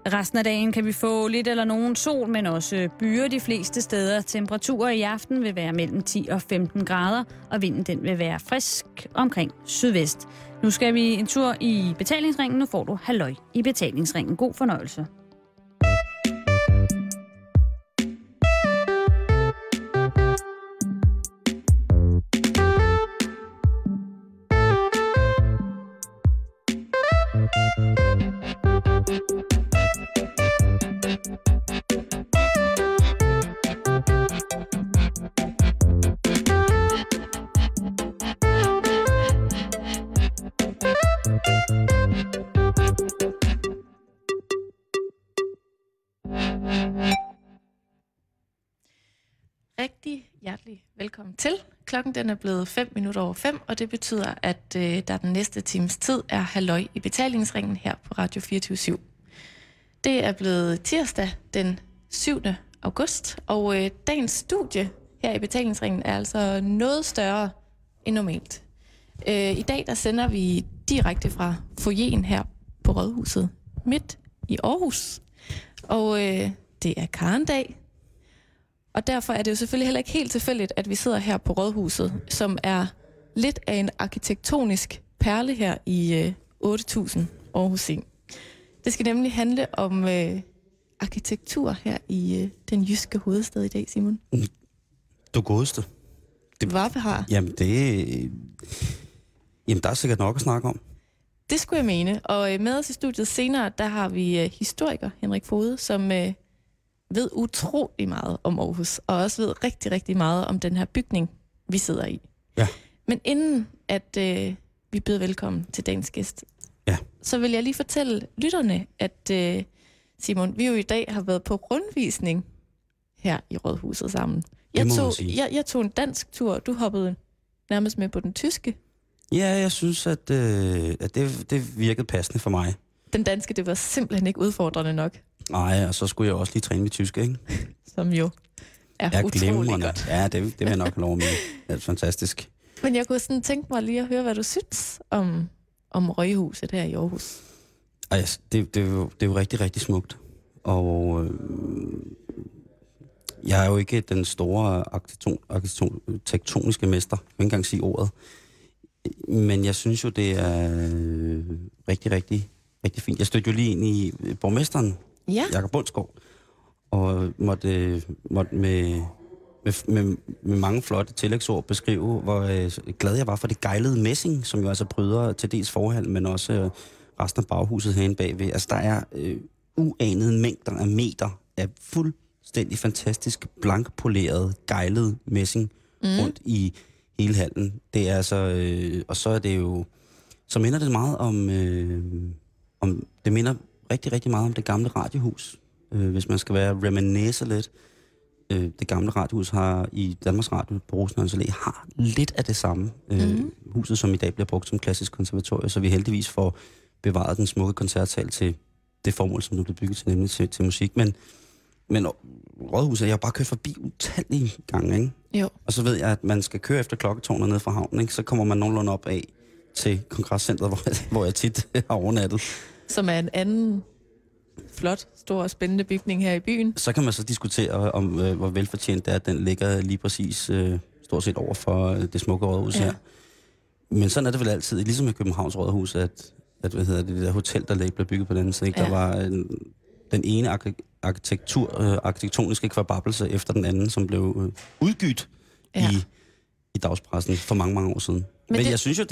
Resten af dagen kan vi få lidt eller nogen sol, men også byer de fleste steder. Temperaturer i aften vil være mellem 10 og 15 grader, og vinden den vil være frisk omkring sydvest. Nu skal vi en tur i betalingsringen. Nu får du halløj i betalingsringen. God fornøjelse. Rigtig hjertelig velkommen til. Klokken den er blevet 5:05, og det betyder, at der den næste times tid er halløj i betalingsringen her på Radio 24/7. Det er blevet tirsdag den 7. august, og dagens studie her i betalingsringen er altså noget større end normalt. I dag der sender vi direkte fra foyeren her på Rådhuset midt i Aarhus, og det er Karendag. Og derfor er det jo selvfølgelig heller ikke helt tilfældigt, at vi sidder her på Rådhuset, som er lidt af en arkitektonisk perle her i 8000 Aarhusin. Det skal nemlig handle om arkitektur her i den jyske hovedstad i dag, Simon. Du godeste. Hvad har? Jamen, der er sikkert nok at snakke om. Det skulle jeg mene. Og med os i studiet senere, der har vi historiker Henrik Fode, som ved utrolig meget om Aarhus, og også ved rigtig, rigtig meget om den her bygning, vi sidder i. Ja. Men inden at vi byder velkommen til dagens gæst, ja, så vil jeg lige fortælle lytterne, at Simon, vi jo i dag har været på rundvisning her i Rådhuset sammen. Jeg tog en dansk tur, du hoppede nærmest med på den tyske. Ja, jeg synes, at det virkede passende for mig. Den danske, det var simpelthen ikke udfordrende nok. Nej, og så skulle jeg også lige træne mit tysk, ikke? Som jo er utrolig godt. Ja, det vil jeg nok have lov med. Det er fantastisk. Men jeg kunne sådan tænke mig lige at høre, hvad du synes om Røghuset her i Aarhus. Det er jo rigtig, rigtig smukt. Og jeg er jo ikke den store arkitektoniske mester. Jeg kan ikke engang sige ordet. Men jeg synes jo, det er rigtig, rigtig, rigtig fint. Jeg stødte jo lige ind i borgmesteren, ja, Jakob Bundsgaard, og måtte med mange flotte tillægsord beskrive, hvor glad jeg var for det gejlede messing, som jo altså bryder til dels forhal, men også resten af baghuset herinde bagved. Altså, der er uanede mængder af meter af fuldstændig fantastisk blankpoleret, gejlet messing rundt i hele hallen. Det er altså, og så er det jo, så minder det meget om det minder rigtig, rigtig meget om det gamle radiohus. Hvis man skal være reminisce lidt. Det gamle radiohus har i Danmarks Radio på Rosenholms Allé har lidt af det samme. Huset, som i dag bliver brugt som klassisk konservatorium, så vi heldigvis får bevaret den smukke koncertsal til det formål, som nu bliver bygget til, nemlig til musik. Men Rådhuset, jeg har bare kørt forbi utallige gange, ikke? Jo. Og så ved jeg, at man skal køre efter klokketårnet ned fra havnen, ikke? Så kommer man nogenlunde op af til kongresscentret, hvor jeg tit har overnattet. Som er en anden flot, stor og spændende bygning her i byen. Så kan man så diskutere om, hvor velfortjent det er, at den ligger lige præcis stort set over for det smukke rådhus her. Men sådan er det vel altid, ligesom i Københavns Rådhus, at det der hotel, der blev bygget på den anden side. Ja. Der var den ene arkitektoniske kvababelse efter den anden, som blev udgydt i dagspressen for mange, mange år siden. Men jeg synes jo,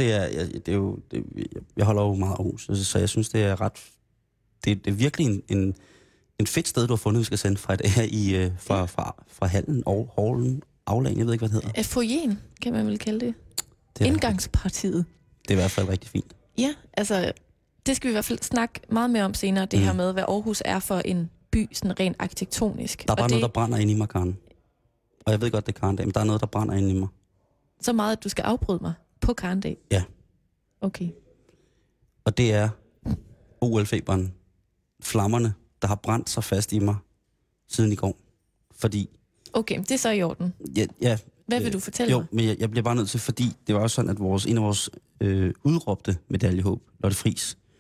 jeg holder jo meget af Aarhus, så jeg synes, det er ret. Det er virkelig en fedt sted, du har fundet, vi skal sende fra det her fra hallen og hallen, aflagen, jeg ved ikke, hvad det hedder. Foyeren, kan man vel kalde det. Indgangspartiet. Det er i hvert fald rigtig fint. Ja, altså, det skal vi i hvert fald snakke meget mere om senere, det her med, hvad Aarhus er for en by, sådan rent arkitektonisk. Der er bare noget, der brænder inde i mig, Karen. Og jeg ved godt, det er Karendag, men der er noget, der brænder inde i mig. Så meget, at du skal afbryde mig på Karendag? Ja. Okay. Og det er OL-feberen, flammerne, der har brændt sig fast i mig siden i går. Fordi... Okay, det er så i orden. Ja. Hvad vil du fortælle mig? Jo, men jeg bliver bare nødt til, fordi det var også sådan, at en af vores udråbte medaljehåb, Lotte Friis,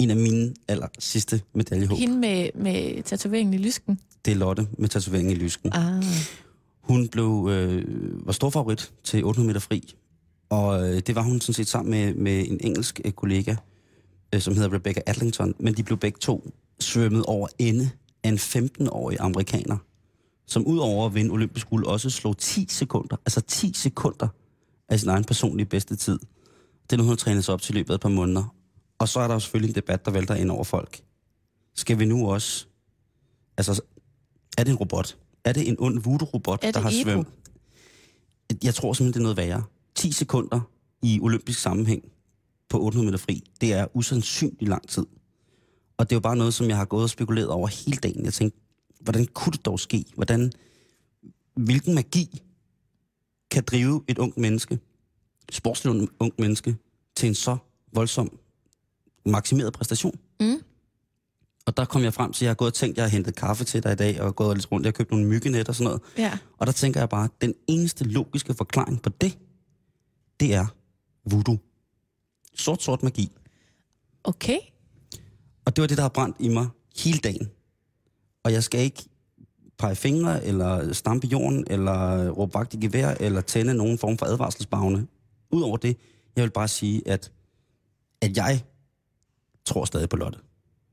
en af mine aller sidste medaljehåb. Hende med tatoveringen i lysken? Det er Lotte med tatoveringen i lysken. Ah. Hun var stor favorit til 800 meter fri, og det var hun sådan set sammen med en engelsk kollega, som hedder Rebecca Adlington, men de blev begge to svømmet over ende af en 15-årig amerikaner, som udover at vinde olympisk guld også slog 10 sekunder af sin egen personlige bedste tid. Det er noget, hun har trænet sig op til i løbet af et par måneder. Og så er der jo selvfølgelig en debat, der vælter ind over folk. Skal vi nu også... Altså, er det en robot? Er det en ond voodoo-robot, der har svømmet? Jeg tror simpelthen, det er noget værre. 10 sekunder i olympisk sammenhæng på 800 meter fri, det er usandsynligt lang tid. Og det er jo bare noget, som jeg har gået og spekuleret over hele dagen. Jeg tænkte, hvordan kunne det dog ske? Hvilken magi kan drive et ungt menneske, sportsligt ungt menneske, til en så voldsom, maksimeret præstation? Mm. Og der kom jeg frem til, at jeg har gået og tænkt, at jeg har hentet kaffe til dig i dag, og gået lidt rundt, jeg har købt nogle myggenet og sådan noget. Ja. Og der tænker jeg bare, at den eneste logiske forklaring på det er voodoo. Sort magi. Okay. Og det var det, der har brændt i mig hele dagen. Og jeg skal ikke pege fingre, eller stampe jorden, eller råbe vagt i gevær, eller tænde nogen form for advarselsbagene. Udover det, jeg vil bare sige, at jeg tror stadig på Lotte.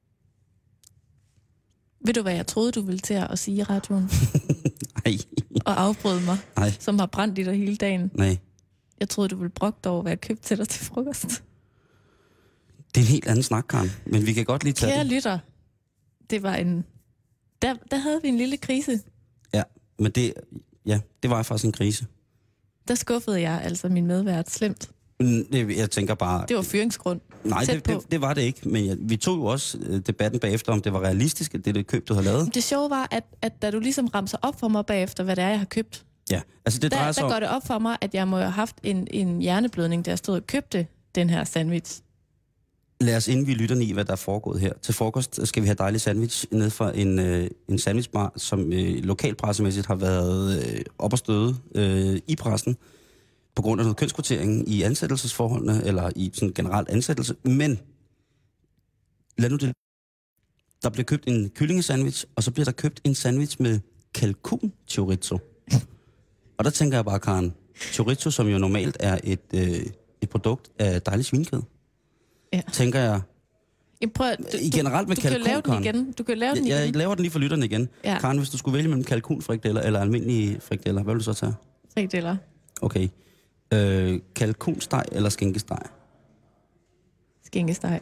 Ved du, hvad jeg troede, du ville til at sige i radioen? Nej. Og afbryde mig, Nej. Som har brændt i dig hele dagen. Nej. Jeg troede, du ville brokke dig over, hvad jeg købte til dig til frokost. Det er en helt anden snak, Karen. Men vi kan godt lige tage Kære lytter, det var Der havde vi en lille krise. Ja, men det var faktisk en krise. Der skuffede jeg altså min medvært slemt. Jeg tænker bare... Det var fyringsgrund. Nej, det var det ikke. Men vi tog jo også debatten bagefter, om det var realistisk, at det køb, du havde lavet. Det sjove var, at da du ligesom ramser op for mig bagefter, hvad det er, jeg har købt. Ja, altså det drejer sig om... Der går det op for mig, at jeg må have haft en hjerneblødning, da jeg stod og købte den her sandwich. Lad os inden vi lytter i, hvad der er foregået her. Til frokost skal vi have dejlig sandwich ned fra en sandwichbar, som lokalpressemæssigt har været op og støde i pressen, på grund af noget kønskvotering i ansættelsesforholdene, eller i sådan generelt ansættelse. Men lad nu det. Der bliver købt en kyllingesandwich, og så bliver der købt en sandwich med kalkun chorizo. Og der tænker jeg bare, Karen, chorizo, som jo normalt er et produkt af dejlig svinekød. Ja. Tænker jeg... generelt med kalkun, kan lave den igen. Du kan lave den igen. Jeg laver den lige for lytterne igen. Ja. Karen, hvis du skulle vælge mellem kalkunfrikadeller eller almindelige frikadeller, hvad vil du så tage? Frikadeller. Okay. Kalkunsteg eller skinkesteg? Skinkesteg.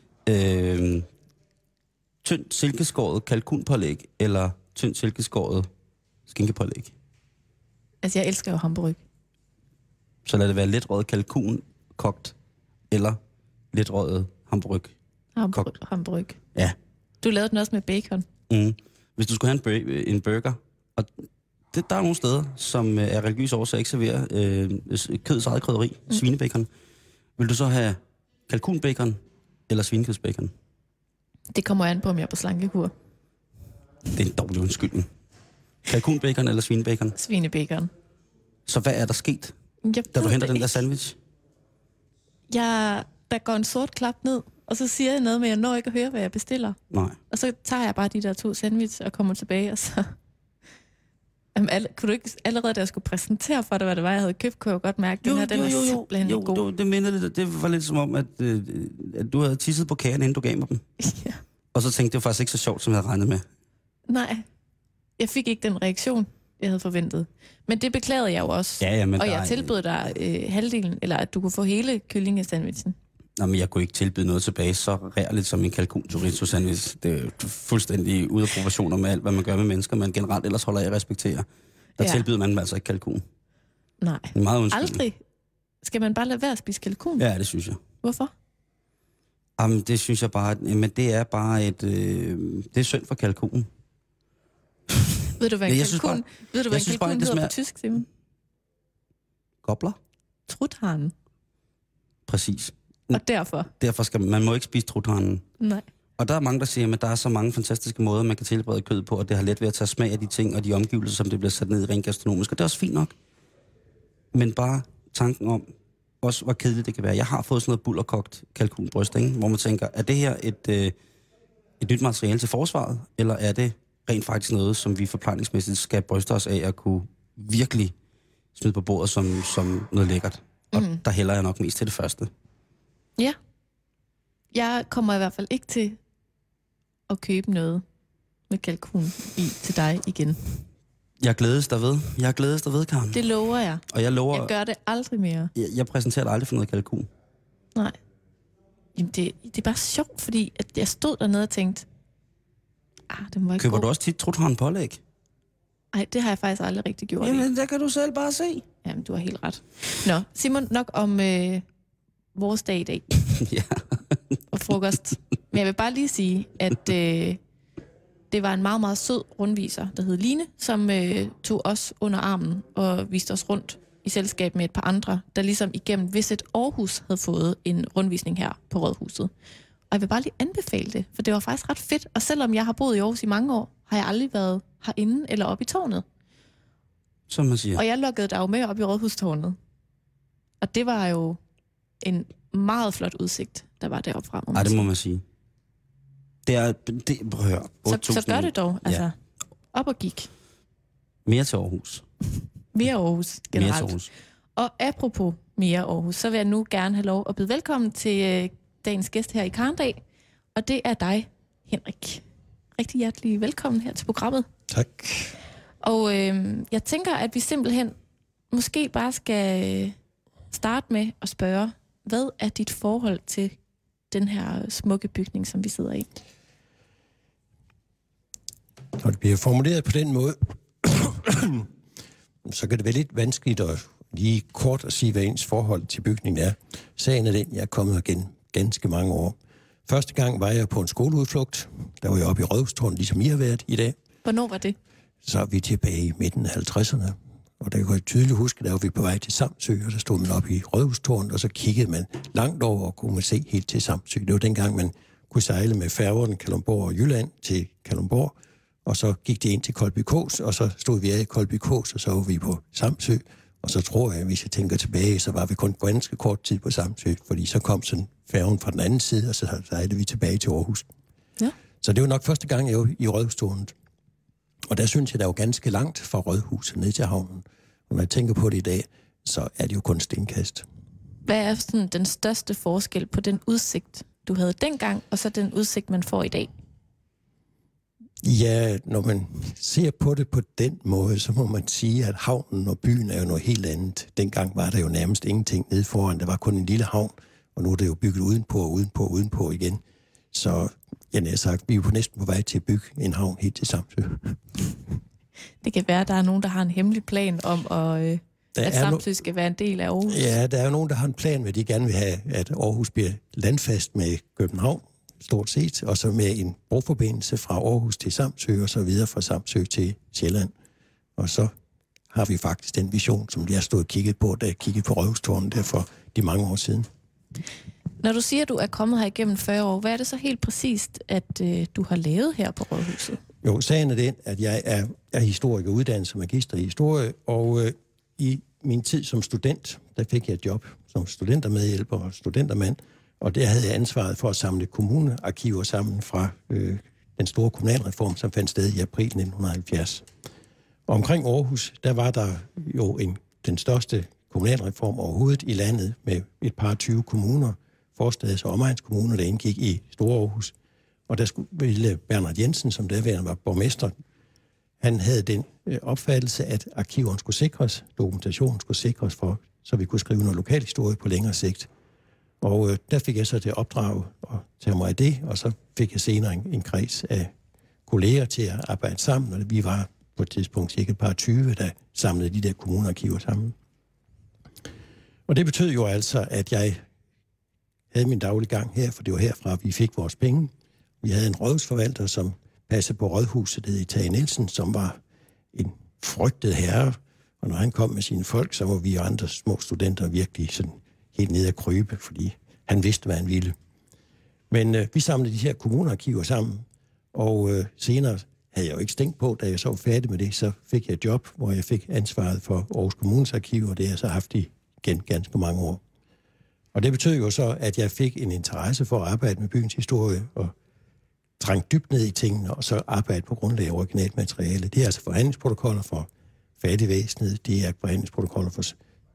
Tyndt silkeskåret kalkunpålæg eller tyndt silkeskåret skinkepålæg? Altså, jeg elsker jo hamburg. Så lad det være lidt røget kalkun kogt eller lidt røget hamburg. Hamburg. Ja. Du lavede den også med bacon. Mm. Hvis du skulle have en burger, og der er nogle steder, som er religiøse årsager ikke serverer kødets eget krydderi, svinebacon. Vil du så have kalkunbacon eller svinekødsbacon? Det kommer an på, om jeg er på slankekur. Det er en dårlig undskyldning. Kalkunbacon eller svinebacon? Svinebacon. Så hvad er der sket, da du henter den der sandwich? Der går en sort klap ned, og så siger jeg noget med, at jeg når ikke at høre, hvad jeg bestiller. Nej. Og så tager jeg bare de der 2 sandwich og kommer tilbage, og så... kunne du ikke allerede, da jeg skulle præsentere for dig, hvad det var, jeg havde købt, kunne jeg godt mærke, at den var simpelthen god. Jo, det minder lidt. Det var lidt som om, at du havde tisset på kagen, inden du gav mig dem. Ja. Og så tænkte jeg, det var faktisk ikke så sjovt, som jeg havde regnet med. Nej, jeg fik ikke den reaktion, jeg havde forventet. Men det beklagede jeg jo også. Ja, men og jeg tilbød dig halvdelen, eller at du kunne få hele kyllingesandwichen. Nå, men jeg kunne ikke tilbyde noget tilbage så rærligt som en kalkun chorizo sandwich. Det er fuldstændig ude af proportioner med alt, hvad man gør med mennesker, man generelt ellers holder af at respektere. Der tilbyder man altså ikke kalkun. Nej, meget aldrig. Skal man bare lade være at spise kalkun? Ja, det synes jeg. Hvorfor? Jamen, det synes jeg bare, men det er bare det er synd for kalkunen. Ved du, hvad en kalkun hedder på tysk, Simon? Gobler? Truthanen. Præcis. Og derfor? Derfor skal man må ikke spise truthanen. Nej. Og der er mange, der siger, at der er så mange fantastiske måder, man kan tilberede kød på, og det har let ved at tage smag af de ting og de omgivelser, som det bliver sat ned i rent gastronomisk. Og det er også fint nok. Men bare tanken om, også, hvor kedeligt det kan være. Jeg har fået sådan noget bullerkogt kalkunbryst, ikke? Hvor man tænker, er det her et nyt materiale til forsvaret, eller er det rent faktisk noget, som vi forplejningsmæssigt skal bryste os af at kunne virkelig smide på bordet som noget lækkert? Og der hælder jeg nok mest til det første. Ja. Jeg kommer i hvert fald ikke til at købe noget med kalkun i til dig igen. Jeg glædes der ved, Karen. Det lover jeg. Og jeg lover... Jeg gør det aldrig mere. Jeg præsenterer dig aldrig for noget kalkun. Nej. Jamen, det er bare sjovt, fordi at jeg stod dernede og tænkte, det må ikke Køber gå. du også tit truthånd pålæg? Nej, det har jeg faktisk aldrig rigtig gjort. Jamen, der kan du selv bare se. Jamen, du har helt ret. Nå, Simon, nok om vores dag i dag. Ja. Og frokost. Men jeg vil bare lige sige, at det var en meget, meget sød rundviser, der hed Line, som tog os under armen og viste os rundt i selskab med et par andre, der ligesom igennem Visit Aarhus havde fået en rundvisning her på Rådhuset. Og jeg vil bare lige anbefale det, for det var faktisk ret fedt. Og selvom jeg har boet i Aarhus i mange år, har jeg aldrig været herinde eller oppe i tårnet. Som man siger. Og jeg lukkede der jo med op i Rådhustårnet. Og det var jo en meget flot udsigt, der var deroppe fra. Nej, det må man sige. Prøv at høre. Så gør det dog. Altså, ja. Op og gik. Mere til Aarhus. Mere Aarhus generelt. Mere til Aarhus. Og apropos mere Aarhus, så vil jeg nu gerne have lov at byde velkommen til dagens gæst her i Karndag. Og det er dig, Henrik. Rigtig hjertelig velkommen her til programmet. Tak. Og jeg tænker, at vi simpelthen måske bare skal starte med at spørge, hvad er dit forhold til den her smukke bygning, som vi sidder i? Når det bliver formuleret på den måde, så kan det være lidt vanskeligt at lige kort at sige, hvad ens forhold til bygningen er. Sagen er den, jeg er kommet igen ganske mange år. Første gang var jeg på en skoleudflugt. Der var jeg oppe i Rådhustårnet, ligesom I har været i dag. Hvornår var det? Så er vi tilbage i midten af 50'erne. Og der kan jeg tydeligt huske, der var vi på vej til Samsø, og der stod man oppe i Rådhustårnet, og så kiggede man langt over og kunne man se helt til Samsø. Det var dengang, man kunne sejle med færgerne Kalundborg og Jylland til Kalundborg, og så gik det ind til Kolbykås, og så stod vi af i Kolbykås, og så var vi på Samsø. Og så tror jeg, hvis jeg tænker tilbage, så var vi kun ganske kort tid på Samsø, fordi så kom sådan færgen fra den anden side, og så sejlede vi tilbage til Aarhus. Ja. Så det var nok første gang, jeg var i Rådhustårnet. Og der synes jeg, der var ganske langt fra Rådhuset ned til havnen. Og når jeg tænker på det i dag, så er det jo kun stenkast. Hvad er sådan den største forskel på den udsigt, du havde dengang, og så den udsigt, man får i dag? Ja, når man ser på det på den måde, så må man sige, at havnen og byen er jo noget helt andet. Dengang var der jo nærmest ingenting nede foran. Der var kun en lille havn, og nu er det jo bygget udenpå igen. Så jeg har sagt, vi er jo næsten på vej til at bygge en havn helt til Samsø. Det kan være, at der er nogen, der har en hemmelig plan om, at Samsø skal være en del af Aarhus. Ja, der er jo nogen, der har en plan, hvad de gerne vil have, at Aarhus bliver landfast med København, stort set, og så med en broforbindelse fra Aarhus til Samsø, og så videre fra Samsø til Sjælland. Og så har vi faktisk den vision, som jeg stod og kiggede på, da jeg kiggede på Rådhustårnet der for de mange år siden. Når du siger, at du er kommet her igennem 40 år, hvad er det så helt præcist, at du har lavet her på Rådhuset? Jo, sagen er den, at jeg er historiker, uddannet som magister i historie, og i min tid som student, der fik jeg et job som studentermedhjælper og studentermand, og der havde jeg ansvaret for at samle kommunearkiver sammen fra den store kommunalreform, som fandt sted i april 1970. Og omkring Aarhus, der var der jo den største kommunalreform overhovedet i landet, med et par 20 kommuner, forstads- og omegnskommuner, der indgik i Store Aarhus. Og der ville Bernhard Jensen, som derværende var borgmester, han havde den opfattelse, at arkiverne skulle sikres, dokumentationen skulle sikres for, så vi kunne skrive noget lokalhistorie på længere sigt. Og der fik jeg så det opdrag at tage mig af det, og så fik jeg senere en kreds af kolleger til at arbejde sammen, og vi var på et tidspunkt cirka et par 20, der samlede de der kommunearkiver sammen. Og det betød jo altså, at jeg havde min daglige gang her, for det var herfra, vi fik vores penge. Vi havde en rådhusforvalter, som passede på rådhuset, det hed Tage Nielsen, som var en frygtet herre. Og når han kom med sine folk, så var vi andre små studenter virkelig sådan helt nede at krybe, fordi han vidste, hvad han ville. Men vi samlede de her kommunearkiver sammen, og senere havde jeg jo ikke stængt på, da jeg så var færdig med det, så fik jeg et job, hvor jeg fik ansvaret for Aarhus Kommunes arkiv, og det har jeg så haft i ganske mange år. Og det betød jo så, at jeg fik en interesse for at arbejde med byens historie, og trænge dybt ned i tingene, og så arbejde på grundlag af originalt materiale. Det er altså forhandlingsprotokoller for fattigvæsenet, det er forhandlingsprotokoller for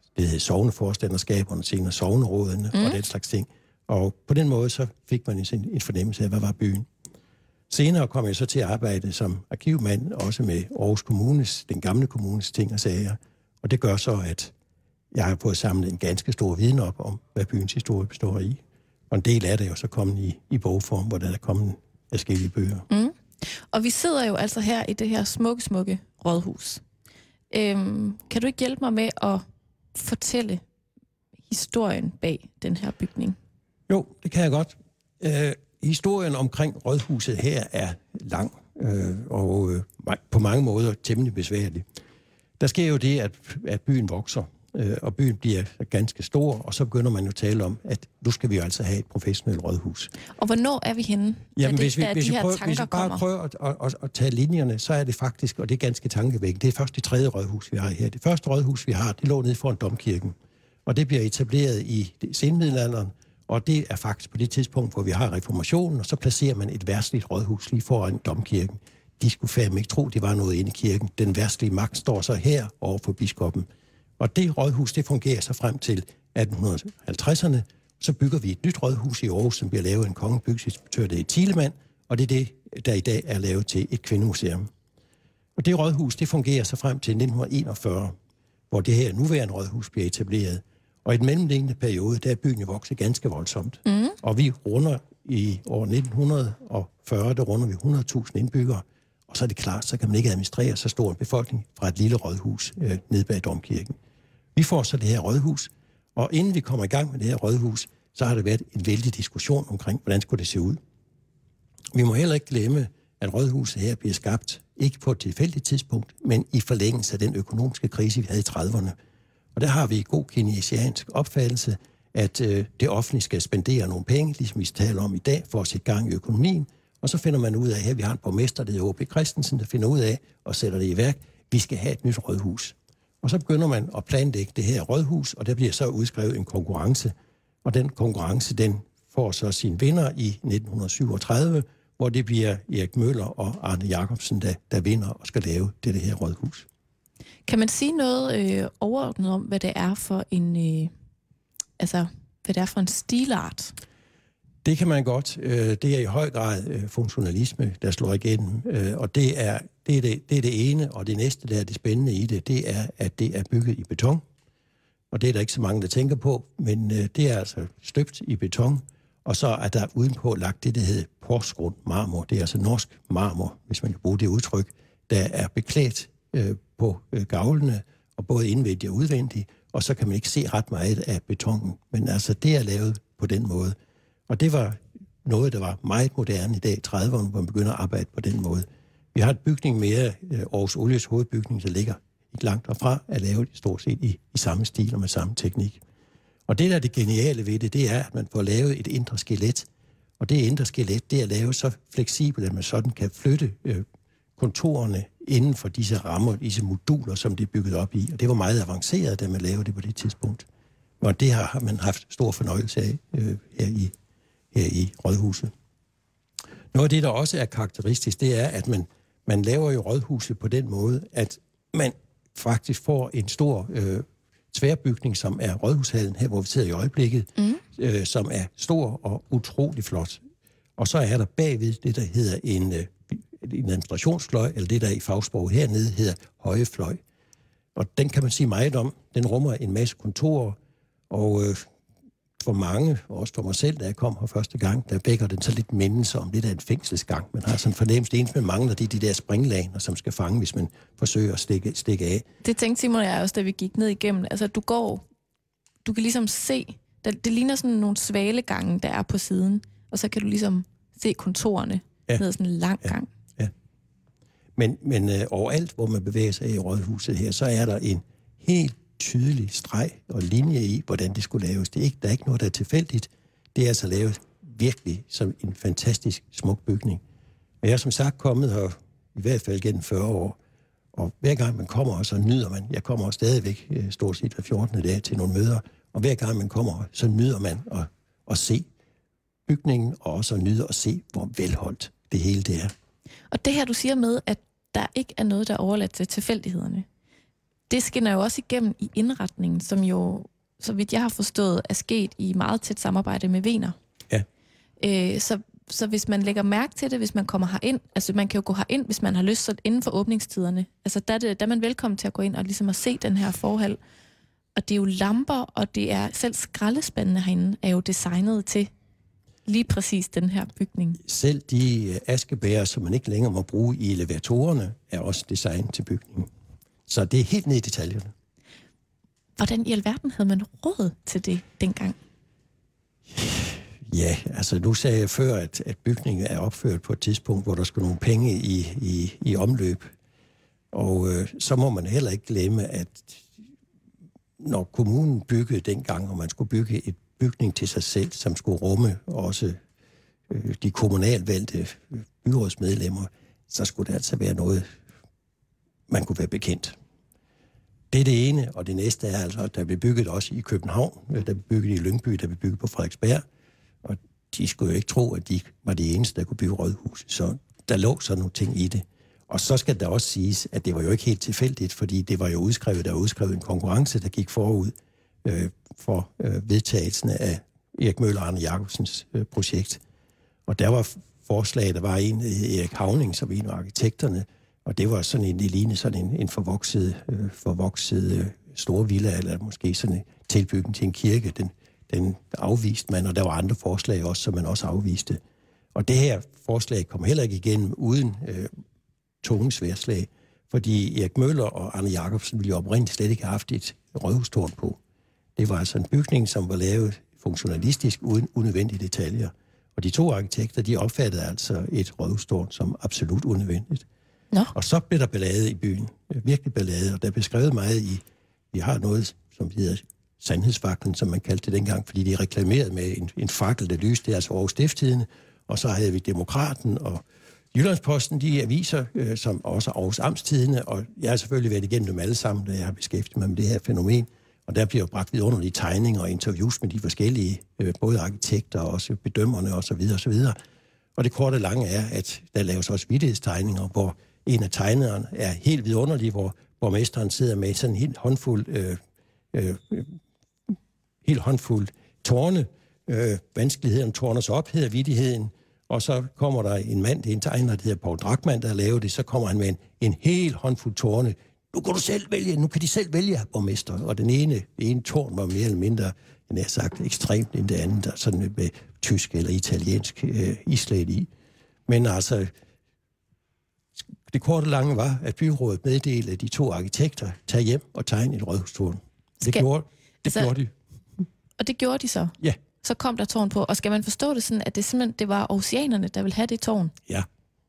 sogneforstanderskaberne, senere sognerådene og den slags ting. Og på den måde så fik man en fornemmelse af, hvad var byen. Senere kom jeg så til at arbejde som arkivmand, også med Aarhus Kommunes, den gamle kommunes ting og sager. Og det gør så, at jeg har fået samlet en ganske stor viden op om, hvad byens historie består i. Og en del af det er jo så kommet i bogform, hvor der er kommet forskellige bøger. Mm. Og vi sidder jo altså her i det her smukke rådhus. Kan du ikke hjælpe mig med at fortælle historien bag den her bygning? Jo, det kan jeg godt. Historien omkring rådhuset her er lang og på mange måder temmelig besværlig. Der sker jo det, at byen vokser, og byen bliver ganske stor, og så begynder man jo at tale om, at nu skal vi jo altså have et professionelt rådhus. Og hvornår er vi henne? Jamen, hvis vi bare prøver at tage linjerne, så er det faktisk, og det er ganske tankevækkende, det er først det tredje rådhus, vi har her. Det første rådhus, vi har, det lå nede foran Domkirken, og det bliver etableret i senmiddelalderen, og det er faktisk på det tidspunkt, hvor vi har reformationen, og så placerer man et verdsligt rådhus lige foran Domkirken. De skulle fandme ikke tro, det var noget inde i kirken. Den verdslige magt står så her over for biskoppen. Og det rådhus, det fungerer så frem til 1850'erne. Så bygger vi et nyt rådhus i Aarhus, som bliver lavet af en kongebygningsinspektør, det er Thielemann, og det er det, der i dag er lavet til et kvindemuseum. Og det rådhus, det fungerer så frem til 1941, hvor det her nuværende rådhus bliver etableret. Og i den mellemliggende periode, der er byen jo vokset ganske voldsomt. Mm. Og vi runder i år 1940, der runder vi 100.000 indbyggere. Og så er det klart, så kan man ikke administrere så stor en befolkning fra et lille rådhus nede bag Domkirken. Vi får så det her rådhus, og inden vi kommer i gang med det her rådhus, så har der været en vældig diskussion omkring, hvordan skulle det se ud. Vi må heller ikke glemme, at rådhuset her bliver skabt, ikke på et tilfældigt tidspunkt, men i forlængelse af den økonomiske krise, vi havde i 30'erne. Og der har vi god keynesiansk opfattelse, at det offentlige skal spendere nogle penge, ligesom vi taler om i dag, for at sætte gang i økonomien. Og så finder man ud af, at vi har en borgmester, der hedder H.P. Christensen, der finder ud af og sætter det i værk. Vi skal have et nyt rådhus. Og så begynder man at planlægge det her rådhus, og der bliver så udskrevet en konkurrence. Og den konkurrence, den får så sin vinder i 1937, hvor det bliver Erik Møller og Arne Jacobsen, der vinder og skal lave det her rådhus. Kan man sige noget overordnet om, hvad det er for en, hvad det er for en stilart? Det kan man godt. Det er i høj grad funktionalisme, der slår igennem, og det er det ene, og det næste, der er det spændende i det, det er, at det er bygget i beton, og det er der ikke så mange, der tænker på, men det er altså støbt i beton, og så er der udenpå lagt det, der hedder Porsgrund marmor. Det er altså norsk marmor, hvis man kan bruge det udtryk, der er beklædt på gavlene, og både indvendigt og udvendigt, og så kan man ikke se ret meget af betongen, men altså det er lavet på den måde. Og det var noget, der var meget moderne i dag, i 30'erne, hvor man begynder at arbejde på den måde. Vi har et bygning mere, Aarhus Olies hovedbygning, der ligger ikke langt derfra, er lavet stort set i samme stil og med samme teknik. Og det, der er det geniale ved det, det er, at man får lavet et indre skelet. Og det indre skelet, det er lavet så fleksibelt, at man sådan kan flytte kontorerne inden for disse rammer, disse moduler, som det er bygget op i. Og det var meget avanceret, da man lavede det på det tidspunkt. Og det har man haft stor fornøjelse af her i rådhuset. Noget af det, der også er karakteristisk, det er, at man laver jo rådhuset på den måde, at man faktisk får en stor tværbygning, som er rådhushallen her, hvor vi sidder i øjeblikket, som er stor og utrolig flot. Og så er der bagved det, der hedder en administrationsfløj, eller det, der i fagsprog hernede hedder højefløj. Og den kan man sige meget om. Den rummer en masse kontorer, og for mange, og også for mig selv, da jeg kom her første gang, der vækker den så lidt mindelse om lidt af en fængselsgang. Man har sådan fornemmelse, det eneste, man mangler, det er de der springlaner, som skal fange, hvis man forsøger at stikke af. Det tænkte Simon og jeg også, da vi gik ned igennem. Altså, du kan ligesom se, det ligner sådan nogle svalegange, der er på siden, og så kan du ligesom se kontorerne ned ad sådan en lang gang. Ja. Men overalt, hvor man bevæger sig i rådhuset her, så er der en helt tydelig streg og linje i, hvordan det skulle laves. Der er ikke noget, der er tilfældigt. Det er altså lavet virkelig som en fantastisk smuk bygning. Og jeg er som sagt kommet her i hvert fald gennem 40 år, og hver gang man kommer, så nyder man. Jeg kommer også stadigvæk stort set hver 14. dag til nogle møder, Og hver gang man kommer, så nyder man at se bygningen, og også at nyde at se, hvor velholdt det hele det er. Og det her, du siger med, at der ikke er noget, der er overladt til tilfældighederne, det skinner jo også igennem i indretningen, som jo, så vidt jeg har forstået, er sket i meget tæt samarbejde med Weener. Ja. Så hvis man lægger mærke til det, hvis man kommer herind, altså man kan jo gå herind, hvis man har lyst, så inden for åbningstiderne. Altså der er man velkommen til at gå ind og ligesom at se den her forhold. Og det er jo lamper, og det er selv skraldespandene herinde, er jo designet til lige præcis den her bygning. Selv de askebærer, som man ikke længere må bruge i elevatorerne, er også designet til bygningen. Så det er helt ned i detaljerne. Hvordan i alverden havde man råd til det dengang? Ja, altså nu sagde jeg før, at bygningen er opført på et tidspunkt, hvor der skulle nogle penge i omløb. Og så må man heller ikke glemme, at når kommunen byggede dengang, og man skulle bygge et bygning til sig selv, som skulle rumme også de kommunalvalgte byrådsmedlemmer, så skulle det altså være noget, man kunne være bekendt. Det er det ene, og det næste er altså, at der blev bygget også i København, der blev bygget i Lyngby, der blev bygget på Frederiksberg, og de skulle jo ikke tro, at de var de eneste, der kunne bygge rådhus. Så der lå sådan nogle ting i det. Og så skal der også siges, at det var jo ikke helt tilfældigt, fordi det var jo udskrevet, der var udskrevet en konkurrence, der gik forud for vedtagelsen af Erik Møller og Arne Jacobsens projekt. Og der var forslag, der var en, Erik Havning, som en af arkitekterne, og det var sådan det lignede sådan en forvokset stor villa, eller måske sådan en tilbygning til en kirke. Den afviste man, og der var andre forslag også, som man også afviste. Og det her forslag kom heller ikke igennem uden tunge sværslag, fordi Erik Møller og Arne Jacobsen ville jo oprindeligt slet ikke have haft et rådhustårn på. Det var altså en bygning, som var lavet funktionalistisk uden unødvendige detaljer. Og de to arkitekter, de opfattede altså et rådhustårn som absolut unødvendigt. Nå. Og så blev der ballade i byen. Virkelig ballade, og der blev skrevet meget i... Vi har noget, som hedder Sandhedsfaklen, som man kaldte det dengang, fordi de reklamerede med en fakkel, der lyste, altså over Stiftstidende. Og så havde vi Demokraten og Jyllandsposten, de aviser, som også Aarhus Amtstidende, og jeg har selvfølgelig været igennem dem alle sammen, da jeg har beskæftiget mig med det her fænomen. Og der bliver jo bragt vidunderlige tegninger og interviews med de forskellige, både arkitekter og også bedømmerne osv. osv. Og det korte og lange er, at der laves også vittighedstegninger, hvor en af tegnerne er helt vidunderlig, hvor borgmesteren sidder med sådan en helt håndfuld tårne. Vanskeligheden tårner sig op, hedder vittigheden. Og så kommer der en mand, det er en tegner, der hedder Poul Drachmann, der har lavet det, så kommer han med en hel håndfuld tårne. Nu kan de selv vælge, borgmester. Og den ene tårn var mere eller mindre, end jeg har sagt, ekstremt end det andet, der sådan med tysk eller italiensk islæt i. Men altså, det korte lange var, at byrådet meddelte de to arkitekter, tage hjem og tegne et rådhustårn. Det gjorde de. Og det gjorde de så? Ja. Så kom der tårn på. Og skal man forstå det sådan, at det simpelthen det var oceanerne, der ville have det tårn? Ja.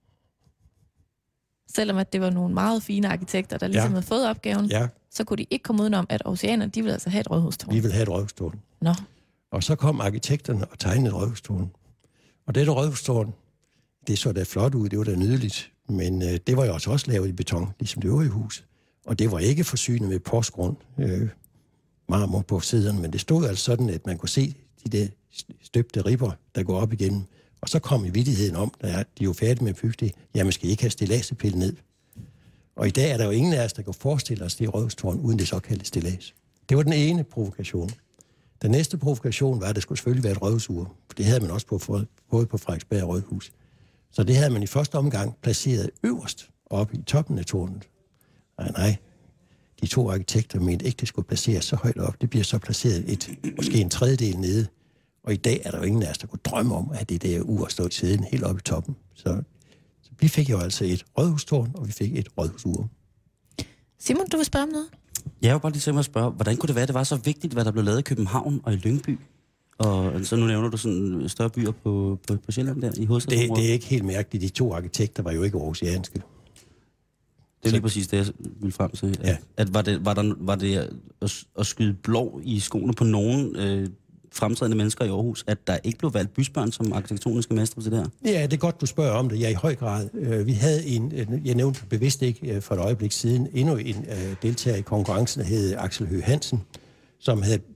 Selvom at det var nogle meget fine arkitekter, der ligesom havde fået opgaven, så kunne de ikke komme udenom, at oceanerne, de ville altså have et rådhustårn. Vi vil have et rådhustårn. Nå. Og så kom arkitekterne og tegnede et rådhustårn. Og dette rådhustårn, det så da flot ud, det var da nydeligt, men det var jo også lavet i beton, ligesom det øvrige hus. Og det var ikke forsynet med postgrund, marmor på siderne, men det stod altså sådan, at man kunne se de der støbte ribber, der går op igennem. Og så kom i vittigheden om, da de er jo færdige med at bygge det, jamen skal I ikke have stilladsepille ned. Og i dag er der jo ingen af os, der kan forestille os det rådhustårn uden det såkaldte stillads. Det var den ene provokation. Den næste provokation var, at det skulle selvfølgelig være et rådhusur. For det havde man også både på Frederiksberg Rådhus. Så det havde man i første omgang placeret øverst oppe i toppen af tårnet. Nej. De to arkitekter mente ikke, det skulle placeres så højt op. Det bliver så placeret måske en tredjedel nede. Og i dag er der jo ingen af os, der kunne drømme om, at det der ur stod i siden helt oppe i toppen. Så vi fik jo altså et rådhustårn, og vi fik et rådhusur. Simon, du vil spørge om noget? Jeg vil bare lige tænke mig at spørge, hvordan kunne det være, at det var så vigtigt, hvad der blev lavet i København og i Lyngby? Og så nu nævner du sådan større byer på Sjælland der i hovedstadsområdet. Det er ikke helt mærkeligt. De to arkitekter var jo ikke aarhusianske. Det er lige præcis det, jeg ville frem til. Ja. At var det at skyde blå i skoene på nogen fremtrædende mennesker i Aarhus, at der ikke blev valgt bysbørn som arkitektoniske mestre til det her? Ja, det er godt, du spørger om det. Ja, i høj grad. Vi havde jeg nævnte bevidst ikke for et øjeblik siden, endnu en deltager i konkurrencen, der hed Axel Høgh Hansen, som havde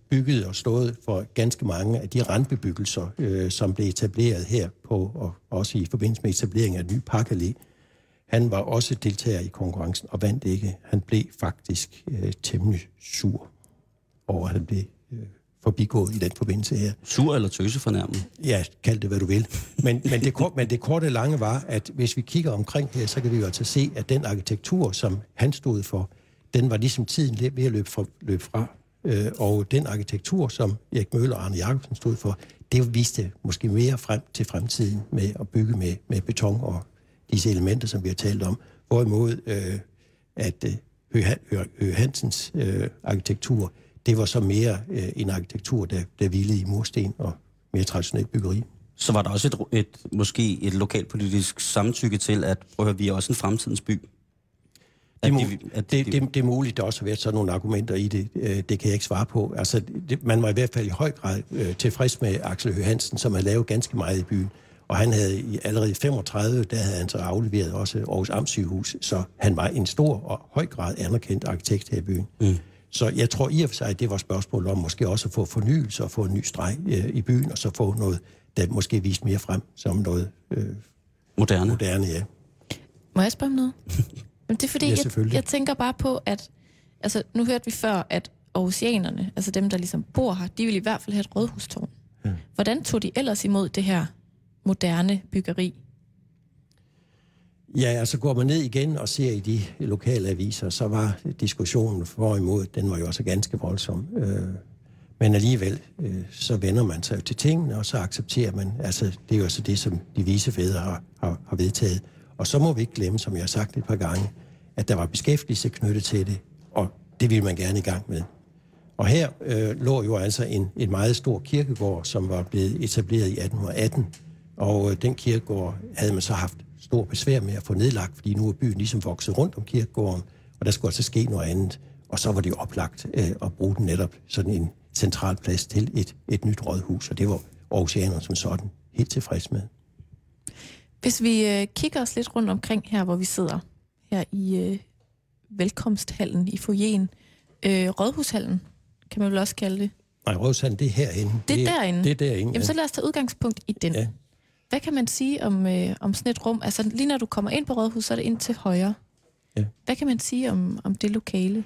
bygget og stået for ganske mange af de randbebyggelser, som blev etableret her på, og også i forbindelse med etableringen af en ny parkallé. Han var også deltager i konkurrencen og vandt ikke. Han blev faktisk temmelig sur over, at han blev forbigået i den forbindelse her. Sur eller tøsefornærmet? Ja, kald det, hvad du vil. Men det korte lange var, at hvis vi kigger omkring her, så kan vi jo altså se, at den arkitektur, som han stod for, den var ligesom tiden ved at løbe fra. Og den arkitektur, som Erik Møller og Arne Jacobsen stod for, det viste måske mere frem til fremtiden med at bygge med beton og disse elementer, som vi har talt om. Hvorimod at Høgh Hansens arkitektur, det var så mere en arkitektur, der hvilede i mursten og mere traditionelt byggeri. Så var der også måske et lokalpolitisk samtykke til, at vi er også en fremtidens by? Det er muligt, der også har været sådan nogle argumenter i det. Det kan jeg ikke svare på. Altså, man var i hvert fald i høj grad tilfreds med Axel Høgh Hansen, som havde lavet ganske meget i byen. Og han havde allerede i 35, der havde han så afleveret også Aarhus Amtssygehus, så han var en stor og høj grad anerkendt arkitekt her i byen. Så jeg tror i og for sig, at det var spørgsmål om måske også at få fornyelse og få en ny streg i byen, og så få noget, der måske viste mere frem som noget moderne, ja. Må jeg spørge om noget? Men det er fordi, jeg tænker bare på, at altså, nu hørte vi før, at aarhusianerne, altså dem, der ligesom bor her, de vil i hvert fald have et rådhustårn. Ja. Hvordan tog de ellers imod det her moderne byggeri? Ja, altså går man ned igen og ser i de lokale aviser, så var diskussionen for og imod, den var jo også ganske voldsom. Men alligevel, så vender man sig til tingene, og så accepterer man, altså det er jo altså det, som de vise fædre har vedtaget. Og så må vi ikke glemme, som jeg har sagt et par gange, at der var beskæftigelse knyttet til det, og det ville man gerne i gang med. Og her lå jo altså en meget stor kirkegård, som var blevet etableret i 1818, og den kirkegård havde man så haft stor besvær med at få nedlagt, fordi nu er byen ligesom vokset rundt om kirkegården, og der skulle altså ske noget andet. Og så var det oplagt at bruge den netop sådan en central plads til et nyt rådhus, og det var aarhusianerne som sådan helt tilfreds med. Hvis vi kigger os lidt rundt omkring her, hvor vi sidder, her i velkomsthallen i foyeren, Rådhushallen, kan man vel også kalde det? Nej, Rådhushallen, det er herinde. Det er derinde? Det er derinde, Jamen, så lad os tage udgangspunkt i den. Ja. Hvad kan man sige om sådan et rum? Altså, lige når du kommer ind på Rådhus, så er det ind til højre. Ja. Hvad kan man sige om det lokale?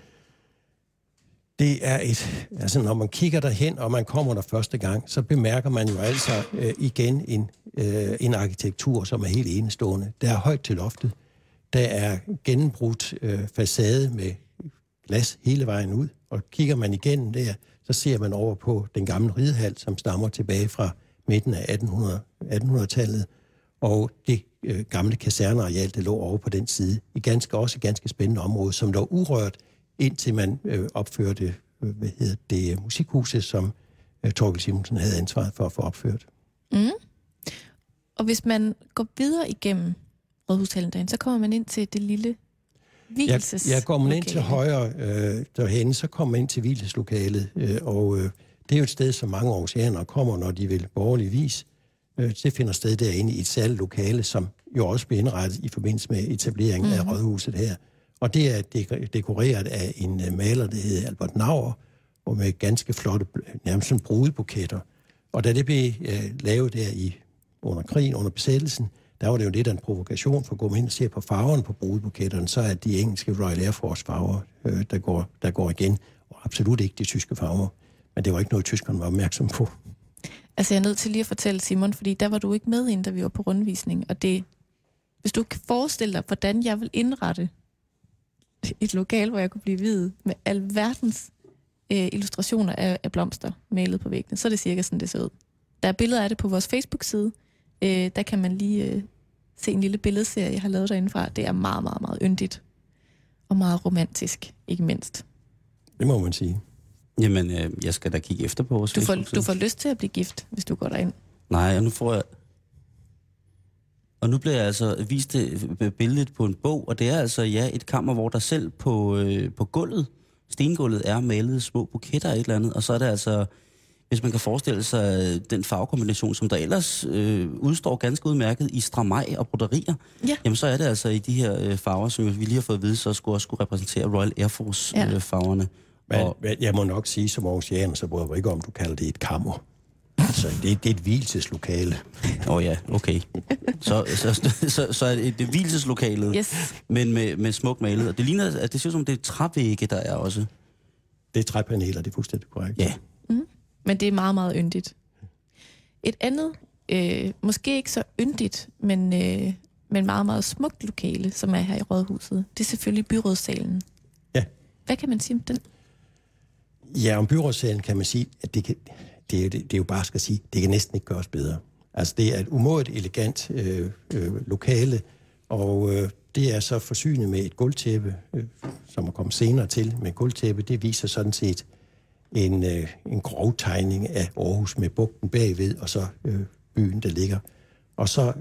Det er altså når man kigger derhen, og man kommer der første gang, så bemærker man jo altså igen en arkitektur, som er helt enestående. Der er højt til loftet. Der er gennembrudt facade med glas hele vejen ud. Og kigger man igennem der, så ser man over på den gamle ridehal, som stammer tilbage fra midten af 1800-tallet. Og det gamle kaserneareal, der lå over på den side. Også et ganske spændende område, som lå urørt, indtil man opførte musikhuset, som Thorkild Simonsen havde ansvaret for at få opført. Mm. Og hvis man går videre igennem Rådhushallen, så kommer man ind til det lille hvilelseslokale. Ja, går man ind til højre derhen, så kommer man ind til hvilelseslokalet, og det er jo et sted, som mange aarhusianere kommer, når de vil borgerligvis. Det finder sted derinde i et særligt lokale, som jo også bliver indrettet i forbindelse med etableringen af rådhuset her. Og det er dekoreret af en maler, der hedder Albert Nauer, og med ganske flotte, nærmest sådan brudebuketter. Og da det blev lavet der under krigen, under besættelsen, der var det jo lidt af en provokation, for at gå ind og se på farverne på brudebuketterne, så er de engelske Royal Air Force farver, der går igen, og absolut ikke de tyske farver. Men det var ikke noget, tyskerne var opmærksom på. Altså jeg er nødt til lige at fortælle, Simon, fordi der var du ikke med ind, da vi var på rundvisning, og det, hvis du kan forestille dig, hvordan jeg vil indrette et lokal, hvor jeg kunne blive viet med alverdens illustrationer af blomster malet på væggene, så er det cirka sådan, det ser ud. Der er billeder af det på vores Facebook-side. Der kan man lige se en lille billedserie, jeg har lavet derindefra. Det er meget, meget, meget yndigt. Og meget romantisk, ikke mindst. Det må man sige. Jamen, jeg skal da kigge efter på vores Facebook-side. Du får lyst til at blive gift, hvis du går derind. Nej, og nu får jeg... Og nu bliver jeg altså vist billedet på en bog, og det er altså, et kammer, hvor der selv på gulvet, stengulvet, er malet små buketter af et eller andet, og så er det altså, hvis man kan forestille sig den farvekombination, som der ellers udstår ganske udmærket i stramaj og broderier, jamen så er det altså i de her farver, som vi lige har fået at vide, så skulle repræsentere Royal Air Force farverne. Men jeg må nok sige som oceaner, så bryder jeg ikke om, du kalder det et kammer. Altså, det er et hvileseslokale. Ja, okay. Så er det hvileseslokalet, Yes. men med smukt malet. Og det ligner, at det ser ud som, det er trævægge, der er også. Det er træpaneler, det er fuldstændig korrekt. Ja. Men det er meget, meget yndigt. Et andet, måske ikke så yndigt, men meget, meget smukt lokale, som er her i Rådhuset, det er selvfølgelig byrådssalen. Ja. Hvad kan man sige om den? Ja, om byrådssalen kan man sige, at det er jo bare skal sige, det kan næsten ikke gøres bedre. Altså, det er et umådeligt elegant lokale, og det er så forsynet med et gulvtæppe, som er kommet senere til. Men gulvtæppe, det viser sådan set en grov tegning af Aarhus med bugten bagved, og så byen, der ligger. Og så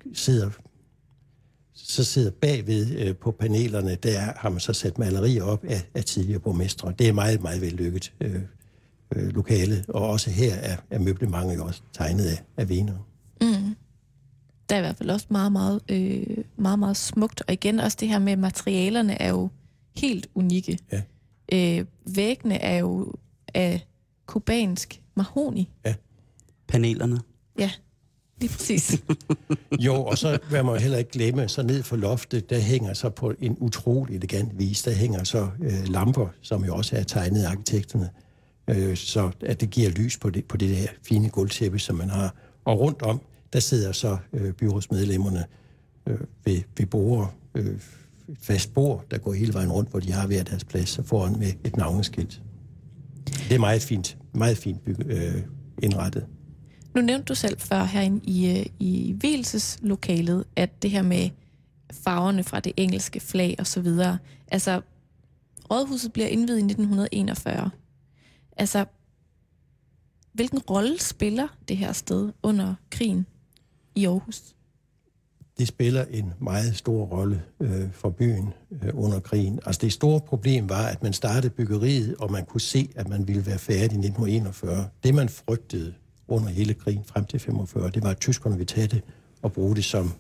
sidder bagved på panelerne, der har man så sat malerier op af tidligere borgmestre. Det er meget, meget vellykket lokale, og også her er møblementet jo også tegnet af Wegener. Mm. Der er i hvert fald også meget, meget smukt, og igen også det her med materialerne er jo helt unikke. Ja. Væggene er jo af kubansk mahoni. Ja. Panelerne. Ja, lige præcis. Jo, og så vil man jo heller ikke glemme, så ned for loftet, der hænger så på en utrolig elegant vis, der hænger så lamper, som jo også er tegnet af arkitekterne, så at det giver lys på det der fine gulvtæppe, som man har. Og rundt om, der sidder så byrådsmedlemmerne ved borde, fast bord, der går hele vejen rundt, hvor de har hver deres plads, og foran med et navneskilt. Det er meget fint indrettet. Nu nævnte du selv før herinde i vielseslokalet, at det her med farverne fra det engelske flag og så videre. Altså, Rådhuset bliver indviet i 1941. Altså, hvilken rolle spiller det her sted under krigen i Aarhus? Det spiller en meget stor rolle for byen under krigen. Altså det store problem var, at man startede byggeriet, og man kunne se, at man ville være færdig i 1941. Det man frygtede under hele krigen frem til 45, det var, at tyskerne ville tage det og bruge det som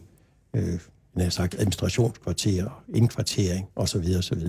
administrationskvarter, indkvartering osv. osv.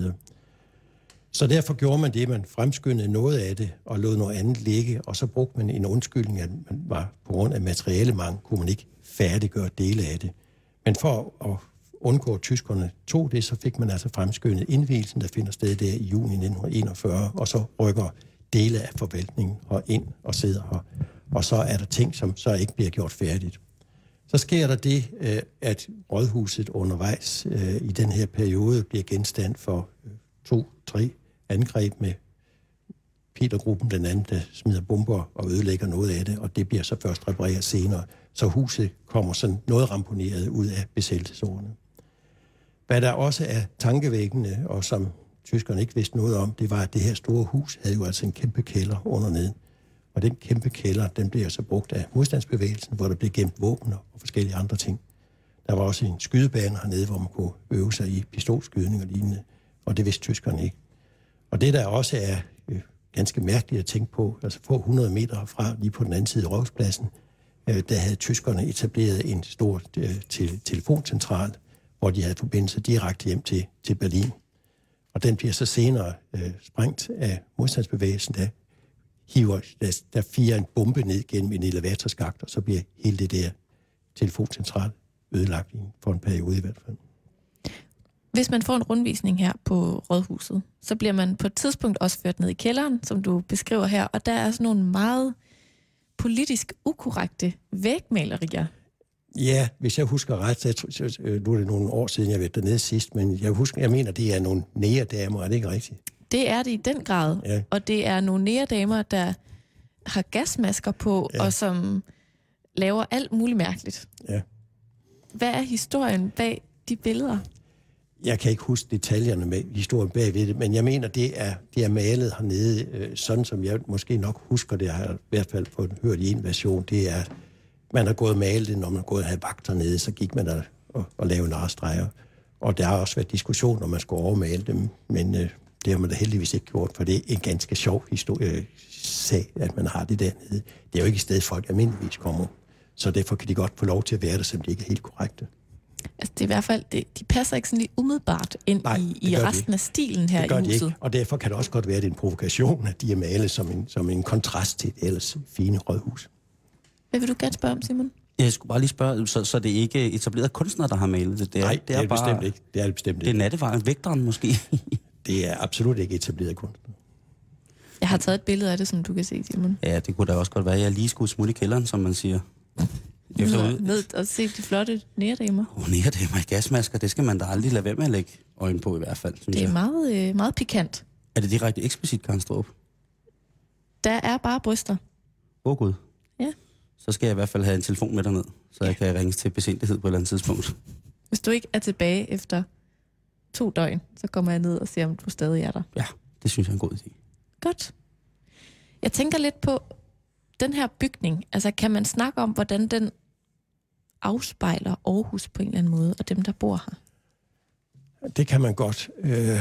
Så derfor gjorde man det, man fremskyndede noget af det og lod noget andet ligge, og så brugte man en undskyldning, at man var på grund af materialemangel, kunne man ikke færdiggøre dele af det. Men for at undgå, at tyskerne tog det, så fik man altså fremskyndet indvielsen, der finder sted der i juni 1941, og så rykker dele af forvaltningen ind og sidder her. Og så er der ting, som så ikke bliver gjort færdigt. Så sker der det, at Rådhuset undervejs i den her periode bliver genstand for 2-3 angreb med Petergruppen, blandt andet, der smider bomber og ødelægger noget af det, og det bliver så først repareret senere. Så huset kommer sådan noget ramponeret ud af besættelsesårene. Hvad der også er tankevækkende, og som tyskerne ikke vidste noget om, det var, at det her store hus havde jo altså en kæmpe kælder underneden. Og den kæmpe kælder, den bliver så brugt af modstandsbevægelsen, hvor der blev gemt våben og forskellige andre ting. Der var også en skydebane hernede, hvor man kunne øve sig i pistolskydning og lignende, og det vidste tyskerne ikke. Og det, der også er ganske mærkeligt at tænke på, altså få 100 meter herfra, lige på den anden side af Rådhuspladsen, der havde tyskerne etableret en stor telefoncentral, hvor de havde forbindelse direkte hjem til Berlin. Og den bliver så senere sprængt af modstandsbevægelsen, der firer en bombe ned gennem en elevatorskakt, og så bliver hele det der telefoncentral ødelagt for en periode i hvert fald. Hvis man får en rundvisning her på Rådhuset, så bliver man på et tidspunkt også ført ned i kælderen, som du beskriver her, og der er sådan nogle meget politisk ukorrekte vægmalerier. Ja, hvis jeg husker ret, nu er det nogle år siden, jeg har været dernede sidst, men jeg mener, det er nogle næredamer, er det ikke rigtigt? Det er det i den grad, ja. Og det er nogle næredamer, der har gasmasker på, ja. Og som laver alt muligt mærkeligt. Ja. Hvad er historien bag de billeder? Jeg kan ikke huske detaljerne med historien bagved det, men jeg mener, det er malet hernede, sådan som jeg måske nok husker det, jeg har i hvert fald fået hørt i en version, det er, man har gået og malet det, når man har gået og havde vagter nede, så gik man der og lavede narestreger. Og der har også været diskussion, om man skulle overmale dem, men det har man da heldigvis ikke gjort, for det er en ganske sjov sag, at man har det dernede. Det er jo ikke et sted, folk almindeligvis kommer, så derfor kan de godt få lov til at være der, selvom de ikke er helt korrekte. Altså det er i hvert fald, de passer ikke sådan lige umiddelbart ind i resten af stilen her i huset. Ikke. Og derfor kan det også godt være, at det er en provokation, at de er malet som en kontrast til et ellers fine rådhus. Hvad vil du gerne spørge om, Simon? Jeg skulle bare lige spørge, så det er ikke etablerede kunstnere, der har malet det? Nej, det er bare, bestemt ikke. Det er det bestemt ikke. Det er nattevejen, vægteren måske? Det er absolut ikke etableret kunstnere. Jeg har taget et billede af det, som du kan se, Simon. Ja, det kunne da også godt være. Jeg lige skulle smutte i kælderen, som man siger. Ned og se de flotte næredamer. Næredamer i gasmasker, det skal man da aldrig lade være med at lægge øjne på i hvert fald, synes det er jeg. meget, meget pikant. Er det direkte eksplicit, Karen Straarup? Der er bare bryster. Gud. Ja. Så skal jeg i hvert fald have en telefon med derned, så jeg kan ringes til besindighed på et eller andet tidspunkt. Hvis du ikke er tilbage efter 2 døgn, så kommer jeg ned og ser, om du stadig er der. Ja, det synes jeg er en god idé. Godt. Jeg tænker lidt på den her bygning. Altså, kan man snakke om, hvordan den afspejler Aarhus på en eller anden måde, og dem, der bor her? Det kan man godt.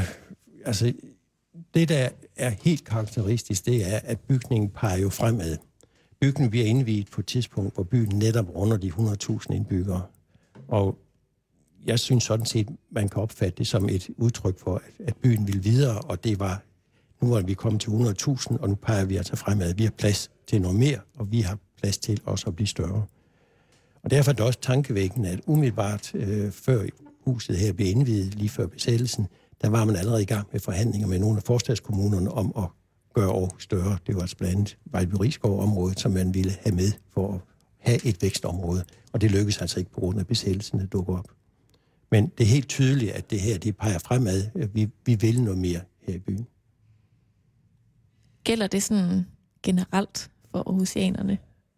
Det, der er helt karakteristisk, det er, at bygningen peger jo fremad. Bygningen bliver indviet på et tidspunkt, hvor byen netop runder de 100.000 indbyggere. Og jeg synes sådan set, man kan opfatte det som et udtryk for, at byen vil videre, og det var, nu er vi kommet til 100.000, og nu peger vi altså fremad. Vi har plads til noget mere, og vi har plads til også at blive større. Og derfor er det også tankevækkende, at umiddelbart før huset her blev indviet, lige før besættelsen, der var man allerede i gang med forhandlinger med nogle af forstadskommunerne om at gøre Aarhus større. Det var altså blandt andet Vejlby-Risskov-området, som man ville have med for at have et vækstområde. Og det lykkedes altså ikke på grund af besættelsen at dukke op. Men det er helt tydeligt, at det her, det peger fremad. Vi vil noget mere her i byen. Gælder det sådan generelt for aarhusianerne?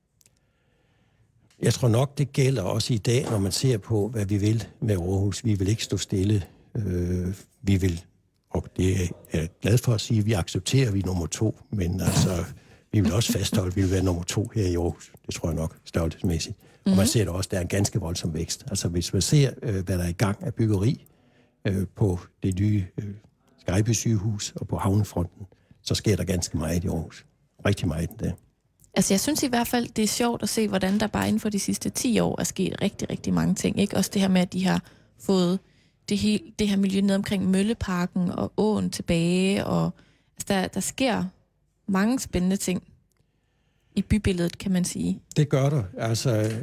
Jeg tror nok, det gælder også i dag, når man ser på, hvad vi vil med Aarhus. Vi vil ikke stå stille. Vi vil, og det er jeg glad for at sige, at vi accepterer, at vi er nummer 2, men altså, vi vil også fastholde, at vi vil være nummer 2 her i Aarhus. Det tror jeg nok, størrelsesmæssigt. Og man ser det også, der er en ganske voldsom vækst. Altså hvis man ser, hvad der er i gang af byggeri på det nye Skyby sygehus og på havnefronten, så sker der ganske meget i Aarhus. Rigtig meget endda. Altså jeg synes i hvert fald, det er sjovt at se, hvordan der bare inden for de sidste 10 år er sket rigtig, rigtig mange ting. Ikke? Også det her med, at de har fået det her miljø ned omkring Mølleparken og åen tilbage. Og altså, der sker mange spændende ting i bybilledet, kan man sige. Det gør der. Altså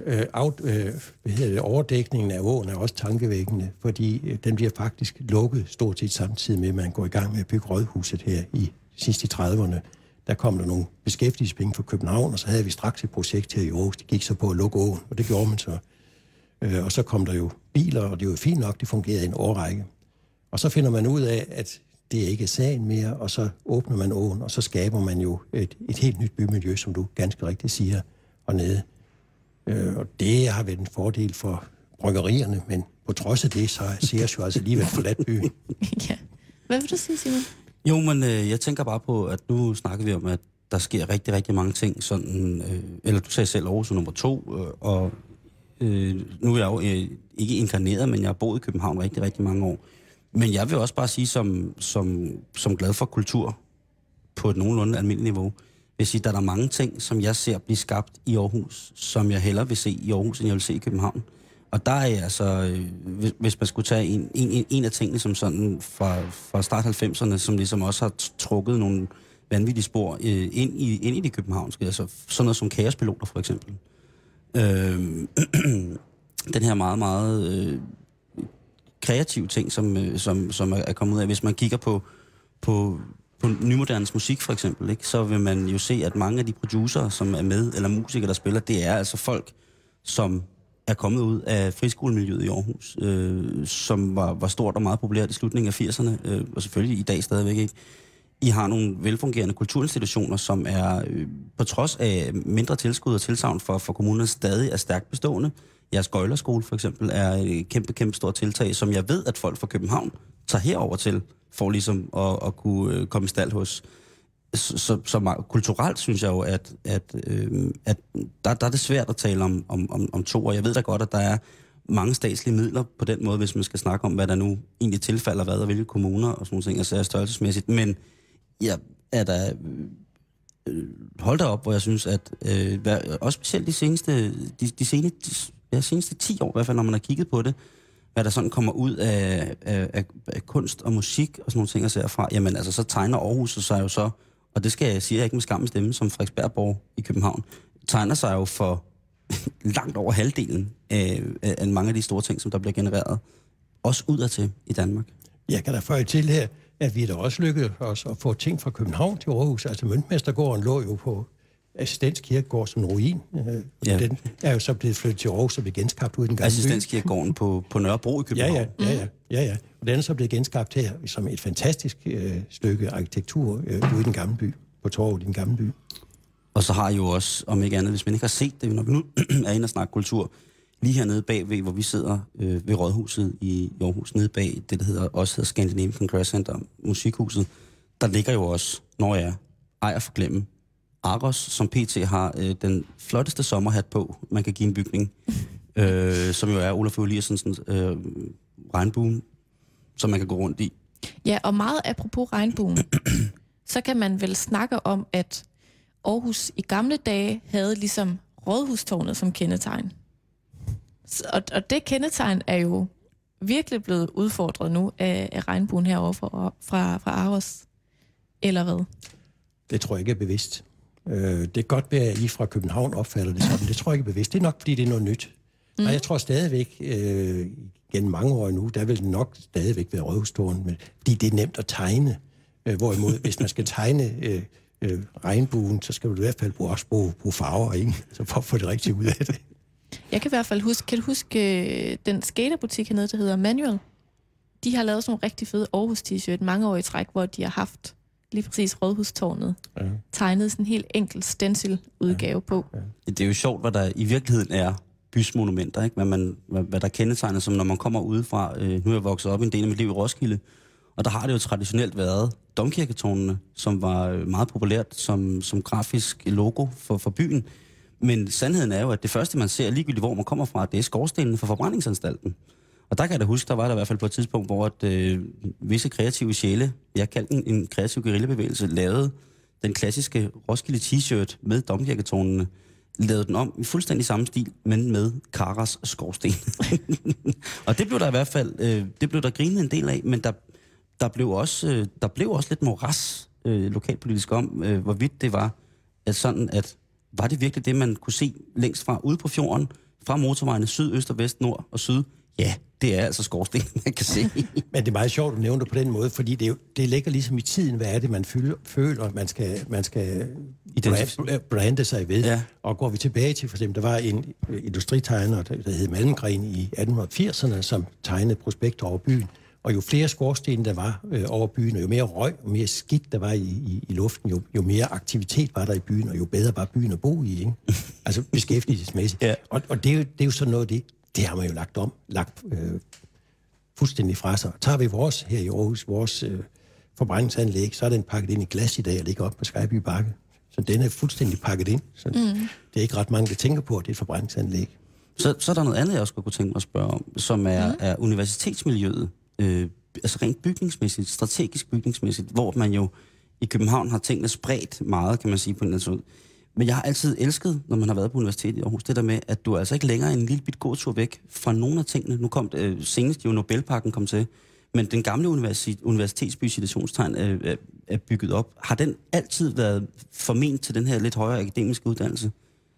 overdækningen af åen er også tankevækkende, fordi den bliver faktisk lukket stort set samtidig med, at man går i gang med at bygge rådhuset her i sidst i 30'erne. Der kom der nogle beskæftigelsespenge fra København, og så havde vi straks et projekt her i Aarhus. Det gik så på at lukke åen, og det gjorde man så. Og så kom der jo biler, og det var jo fint nok, det fungerede i en årrække. Og så finder man ud af, at det ikke er sagen mere, og så åbner man åen, og så skaber man jo et helt nyt bymiljø, som du ganske rigtigt siger, hernede. Og det har været en fordel for bryggerierne, men på trods af det, så ser jeg jo altså alligevel forladt byen. Ja. Hvad vil du sige, Simon? Jo, men jeg tænker bare på, at nu snakker vi om, at der sker rigtig, rigtig mange ting. Sådan, eller du sagde selv Aarhus nummer 2, og nu er jeg jo ikke inkarneret, men jeg har boet i København rigtig, rigtig mange år. Men jeg vil også bare sige, som glad for kultur på et nogenlunde almindeligt niveau, vil sige, at der er mange ting, som jeg ser blive skabt i Aarhus, som jeg hellere vil se i Aarhus, end jeg vil se i København. Og der er altså, hvis man skulle tage en af tingene, som sådan fra start 90'erne, som ligesom også har trukket nogle vanvittige spor ind i de københavnske, altså sådan noget som kaospiloter for eksempel. Den her meget, meget kreative ting, som er kommet ud af. Hvis man kigger på nymodernes musik for eksempel, ikke, så vil man jo se, at mange af de producer, som er med, eller musikere, der spiller, det er altså folk, som er kommet ud af friskolemiljøet i Aarhus, som var stort og meget populært i slutningen af 80'erne, og selvfølgelig i dag stadigvæk ikke. I har nogle velfungerende kulturinstitutioner, som er på trods af mindre tilskud og tilsagn for kommunerne stadig er stærkt bestående. Jeres Gøjlerskole for eksempel er et kæmpe stort tiltag, som jeg ved, at folk fra København tager herover til, for ligesom at kunne komme i stald hos. Så kulturelt synes jeg jo, at der er det svært at tale om to, og jeg ved da godt, at der er mange statslige midler på den måde, hvis man skal snakke om, hvad der nu egentlig tilfalder hvad og hvilke kommuner og sådan nogle ting, altså er størrelsesmæssigt. Men jeg er da hold da op, hvor jeg synes, at også specielt de seneste 10 år, i hvert fald når man har kigget på det, hvad der sådan kommer ud af kunst og musik og sådan nogle ting, og ser fra, jamen altså, så tegner Aarhus sig jo så, og det skal jeg sige ikke med skammens stemme, som Frederiksbergborg i København, tegner sig jo for langt over halvdelen af mange af de store ting, som der bliver genereret, også udadtil i Danmark. Jeg kan da føje til her, at vi da også lykkedes os at få ting fra København til Aarhus. Altså Møntmestergården lå jo på Assistens Kirkegård som en ruin. Den er jo så blevet flyttet til Aarhus og blev genskabt ude i den gamle by. Assistens Kirkegården på Nørrebro i København. Ja. Og den er så blevet genskabt her som et fantastisk stykke arkitektur ude i den gamle by, på torvet i den gamle by. Og så har jo også, om ikke andet, hvis man ikke har set det, når vi nu er inde og snakke kultur, lige hernede bagved, hvor vi sidder ved Rådhuset i Aarhus, nede bag det, der hedder Scandinavian Congress Center, musikhuset, der ligger jo også, når jeg ejer for glemme, Aros, som PT har den flotteste sommerhat på, man kan give en bygning, som jo er Olaf Eliassens regnbuen, som man kan gå rundt i. Ja, og meget apropos regnbuen, så kan man vel snakke om, at Aarhus i gamle dage havde ligesom Rådhustårnet som kendetegn. Og det kendetegn er jo virkelig blevet udfordret nu af regnbuen herovre fra Aros. Eller hvad? Det tror jeg ikke er bevidst. Det kan godt være, at I fra København opfatter det sådan. Det tror jeg ikke er bevidst. Det er nok, fordi det er noget nyt. Og jeg tror stadigvæk, gennem mange år nu, der vil nok stadigvæk være Rådhustårnet, fordi det er nemt at tegne. Hvorimod, hvis man skal tegne regnbuen, så skal du i hvert fald også bruge farver, ikke? Så for at få det rigtigt ud af det. Jeg kan i hvert fald huske, kan du huske den skaterbutik hernede, der hedder Manual? De har lavet sådan nogle rigtig fede Aarhus t-shirt mange år i træk, hvor de har haft lige præcis Rådhustårnet tegnet sådan en helt enkel stencil-udgave på. Det er jo sjovt, hvad der i virkeligheden er bysmonumenter, ikke? Hvad der kendetegner, som når man kommer udefra. Nu er jeg vokset op en del af mit liv i Roskilde, og der har det jo traditionelt været domkirketårnene, som var meget populært som grafisk logo for byen. Men sandheden er jo, at det første, man ser, ligegyldigt hvor man kommer fra, det er skorstenene for forbrændingsanstalten. Og der kan jeg da huske, der var der i hvert fald på et tidspunkt, hvor visse kreative sjæle, jeg kaldte en kreativ guerillabevægelse, lavede den klassiske Roskilde t-shirt med domkirketårnene, lavede den om i fuldstændig samme stil, men med Karas skorsten. Og det blev der i hvert fald, det blev der grinet en del af, men der blev også lidt moras lokalpolitisk om, hvorvidt det var var det virkelig det, man kunne se længst fra ude på fjorden, fra motorvejene syd, øst og vest, nord og syd? Ja, det er altså skorsten, man kan se. Men det er meget sjovt at nævne det på den måde, fordi det ligger ligesom i tiden, hvad er det, man føler, man skal brande sig ved. Ja. Og går vi tilbage til, for eksempel, der var en industritegner, der hed Malmgren i 1880'erne, som tegnede prospekter over byen. Og jo flere skorsten der var over byen, og jo mere røg og mere skidt der var i luften, jo mere aktivitet var der i byen, og jo bedre var byen at bo i, ikke? Altså beskæftigelsesmæssigt. Ja. Og det er jo sådan noget, det har man jo lagt fuldstændig fra sig. Tager vi vores her i Aarhus, vores forbrændingsanlæg, så er den pakket ind i glas i dag og ligger op på Skyby Bakke. Så den er fuldstændig pakket ind. Så det er ikke ret mange, der tænker på, at det er et forbrændingsanlæg. Så er der noget andet, jeg også kunne tænke mig at spørge om, som er universitetsmiljøet. Altså rent bygningsmæssigt, strategisk bygningsmæssigt, hvor man jo i København har tingene spredt meget, kan man sige på en eller anden. Men jeg har altid elsket, når man har været på universitetet i Aarhus, det der med, at du er altså ikke længere en lille bit gåtur væk fra nogle af tingene. Nu kom senest jo Nobelparken kom til, men den gamle universitetsby citationstegn er bygget op. Har den altid været forment til den her lidt højere akademiske uddannelse?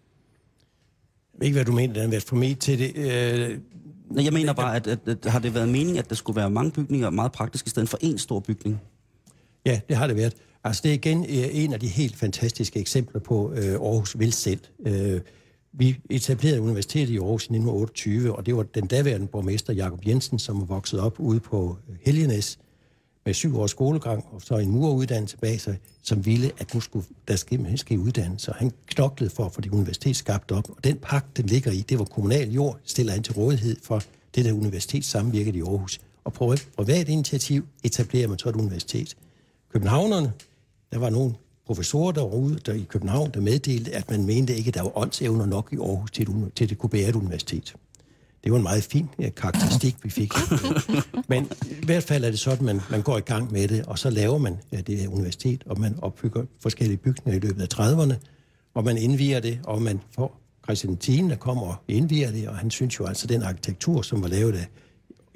Jeg ved ikke, hvad du mener, den har været forment til det. Jeg mener bare, at har det været meningen, at der skulle være mange bygninger meget praktisk i stedet for én stor bygning? Ja, det har det været. Altså det er igen en af de helt fantastiske eksempler på Aarhus vil selv. Vi etablerede universitetet i Aarhus i 1928, og det var den daværende borgmester Jakob Jensen, som var vokset op ude på Helgenæs med 7 års skolegang, og så en mureruddannelse bag sig, som ville, at nu skulle der ske uddannelse. Han knoklede for at få det universitet skabt op, og den pagt, den ligger i, det var kommunal jord, stiller han til rådighed for det der universitetssamvirket i Aarhus. Og på privat initiativ etablerer man så et universitet. Københavnerne, der var nogle professorer derude der i København, der meddelte, at man mente ikke, at der var åndsevner nok i Aarhus til det kunne bære et universitet. Det var en meget fin karakteristik, vi fik. Men i hvert fald er det sådan, at man går i gang med det, og så laver man det her universitet, og man opbygger forskellige bygninger i løbet af 30'erne, og man indviger det, og man får Christian X, der kommer og indviger det, og han synes jo altså, den arkitektur, som var lavet af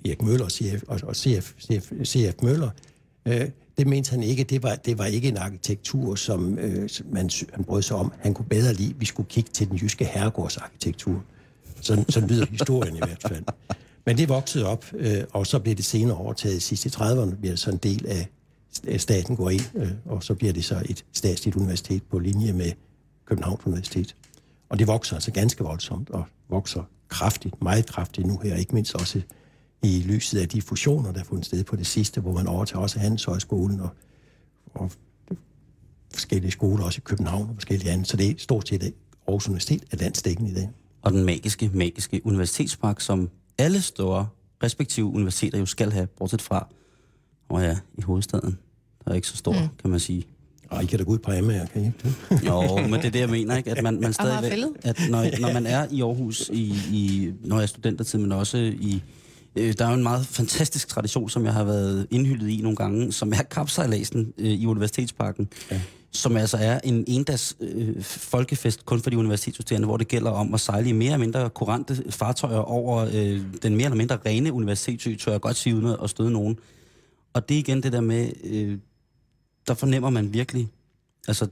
Erik Møller og C.F. Møller, det mente han ikke. Det var ikke en arkitektur, som han brød sig om. Han kunne bedre lide, at vi skulle kigge til den jyske herregårdsarkitektur. Sådan lyder historien i hvert fald. Men det voksede op, og så blev det senere overtaget. Sidst i 30'erne bliver det så en del af staten går ind, og så bliver det så et statsligt universitet på linje med Københavns Universitet. Og det vokser altså ganske voldsomt, og vokser kraftigt, meget kraftigt nu her, ikke mindst også i lyset af de fusioner, der er fundet sted på det sidste, hvor man overtager også Handelshøjskolen og forskellige skoler, også i København og forskellige andre. Så det er stort set Aarhus Universitet er landsdækkende i dag. Og den magiske universitetspark, som alle store respektive universiteter jo skal have, bortset fra, i hovedstaden. Der er ikke så stor, kan man sige. Og I kan da gå ud på Amager, kan I ikke det? Jo, men det er det, jeg mener, ikke? At man stadigvæk, at når man er i Aarhus, når jeg er studentertid, men også i... Der er jo en meget fantastisk tradition, som jeg har været indhyldet i nogle gange, som er kapsejladsen i Universitetsparken, som altså er en endags folkefest kun for de universitetsstuderende, hvor det gælder om at sejle i mere eller mindre kurante fartøjer over den mere eller mindre rene universitetsø, tør jeg godt sige, uden at støde nogen. Og det er igen det der med, der fornemmer man virkelig, altså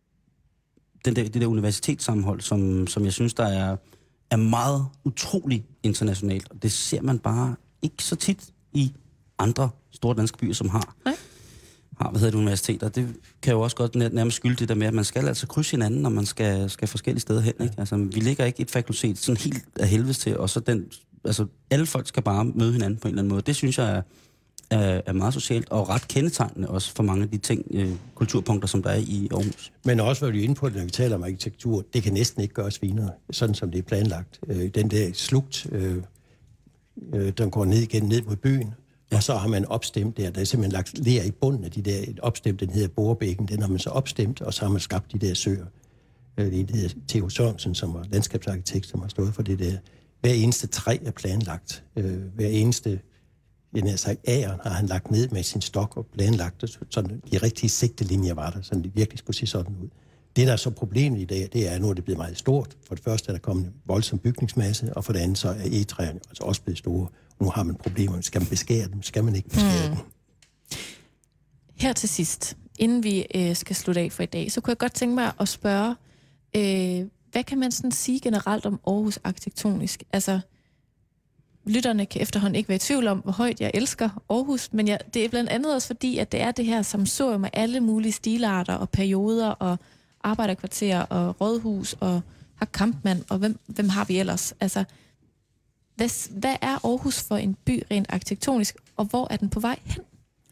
det der universitetssammenhold, som jeg synes, der er meget utrolig internationalt. Og det ser man bare ikke så tit i andre store danske byer, som har universiteter. Det kan jo også godt nærmest skylde det der med, at man skal altså krydse hinanden, når man skal forskellige steder hen. Ikke? Altså, vi ligger ikke et fakultet sådan helt af helvedes til, og så alle folk skal bare møde hinanden på en eller anden måde. Det synes jeg er meget socialt og ret kendetegnende også for mange af de ting, kulturpunkter, som der er i Aarhus. Men også, hvad vi er inde på, når vi taler om arkitektur, det kan næsten ikke gøres finere, sådan som det er planlagt. Den der slugt, den går ned mod byen, og så har man opstemt der er simpelthen lagt ler i bunden af de der, opstemt, den hedder Borebækken, den har man så opstemt, og så har man skabt de der søer. Det hedder Theo Sørensen, som var landskabsarkitekt, som har stået for det der. Hver eneste træ er planlagt. Hver eneste ageren har han lagt ned med sin stok og planlagt det, sådan de rigtige sigtelinjer var der, så det virkelig skulle se sådan ud. Det, der er så problemet i dag, det er, at nu er det blevet meget stort. For det første er der kommet en voldsom bygningsmasse, og for det andet så er egetræerne altså også blevet store. Og nu har man problemer. Skal man beskære dem? Skal man ikke beskære dem? Her til sidst, inden vi skal slutte af for i dag, så kunne jeg godt tænke mig at spørge, hvad kan man sådan sige generelt om Aarhus arkitektonisk? Altså, lytterne kan efterhånden ikke være i tvivl om, hvor højt jeg elsker Aarhus, men det er blandt andet også fordi, at det er det her sammensurium med alle mulige stilarter og perioder og arbejderkvarterer og rådhus og har Kampmann og hvem har vi ellers? Altså, hvad er Aarhus for en by rent arkitektonisk, og hvor er den på vej hen?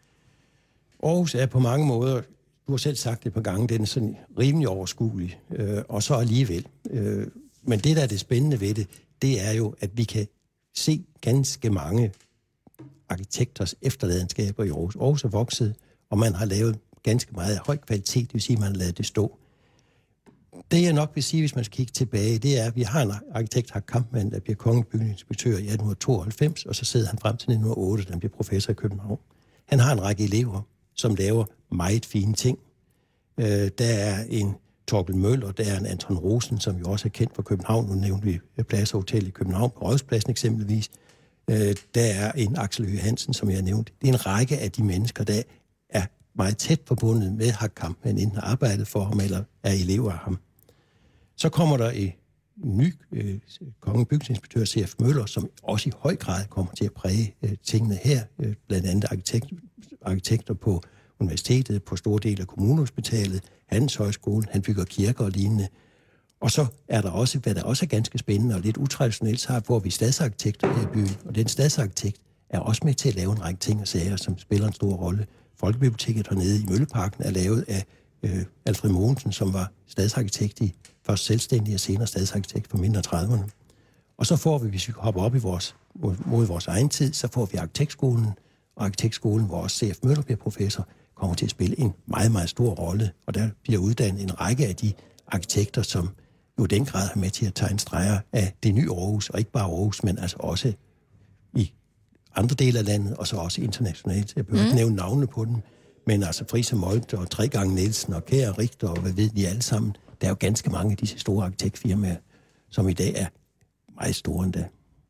Aarhus er på mange måder, du har selv sagt det et par gange, den er sådan rimelig overskuelig, og så alligevel. Men det, der er det spændende ved det, det er jo, at vi kan se ganske mange arkitekters efterladenskaber i Aarhus. Aarhus er vokset, og man har lavet ganske meget af høj kvalitet, det vil sige, at man har ladet det stå. Det jeg nok vil sige, hvis man skal kigge tilbage, det er, at vi har en arkitekt, Hack Kampmann, der bliver kongelig bygningsinspektør i 1892, og så sidder han frem til 1908, da han bliver professor i København. Han har en række elever, som laver meget fine ting. Der er en Torkel Møller, der er en Anton Rosen, som jo også er kendt for København. Nu nævnte vi Plads Hotel i København, på Rådhuspladsen eksempelvis. Der er en Axel Høgh Hansen, som jeg nævnte. Det er en række af de mennesker, der er meget tæt forbundet med Hack Kampmann, enten har arbejdet for ham, eller er elever af ham. Så kommer der en ny kongelig bygningsinspektør, C.F. Møller, som også i høj grad kommer til at præge tingene her. Blandt andet arkitekter på universitetet, på store dele af kommunehospitalet, Handelshøjskolen, han bygger kirker og lignende. Og så er der også, hvad der også er ganske spændende og lidt utraditionelt, så får vi stadsarkitekter her i byen. Og den stadsarkitekt er også med til at lave en række ting og sager, som spiller en stor rolle. Folkebiblioteket hernede i Mølleparken er lavet af Alfred Mogensen, som var stadsarkitekt i først selvstændig og senere stadsarkitekt for mindre 30'erne. Og så får vi, hvis vi hopper op mod vores egen tid, så får vi arkitektskolen, og arkitektskolen, hvor også C.F. Møller bliver professor, kommer til at spille en meget, meget stor rolle, og der bliver uddannet en række af de arkitekter, som jo den grad er med til at tegne streger af det nye Aarhus, og ikke bare Aarhus, men altså også i andre dele af landet, og så også internationalt. Jeg behøver ikke nævne navnene på dem, men altså Friis og Moltke og 3 gange Nielsen og Kjær og Richter og hvad ved de alle sammen. Der er jo ganske mange af disse store arkitektfirmaer, som i dag er meget store endda.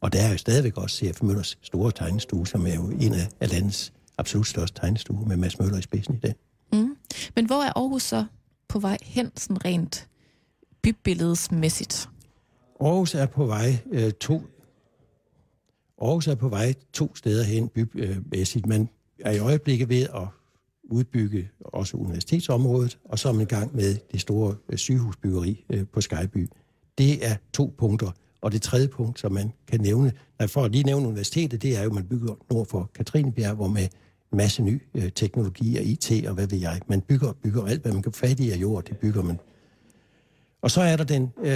Og der er jo stadigvæk også C.F. Møllers store tegnestue, som er jo en af landets absolut største tegnestuer med Mads Møller i spidsen i dag. Mm. Men hvor er Aarhus så på vej hen, sådan rent bybilledsmæssigt? Aarhus er på vej to steder hen bymæssigt. Man er i øjeblikket ved at udbygge også universitetsområdet, og så er man i gang med det store sygehusbyggeri på Skyby. Det er 2 punkter. Og det 3. punkt, som man kan nævne, for at lige nævne universitetet, det er jo, at man bygger nord for Katrinebjerg, hvor med en masse ny teknologi og IT og hvad ved jeg. Man bygger alt, hvad man kan få fat i af jord, det bygger man. Og så er der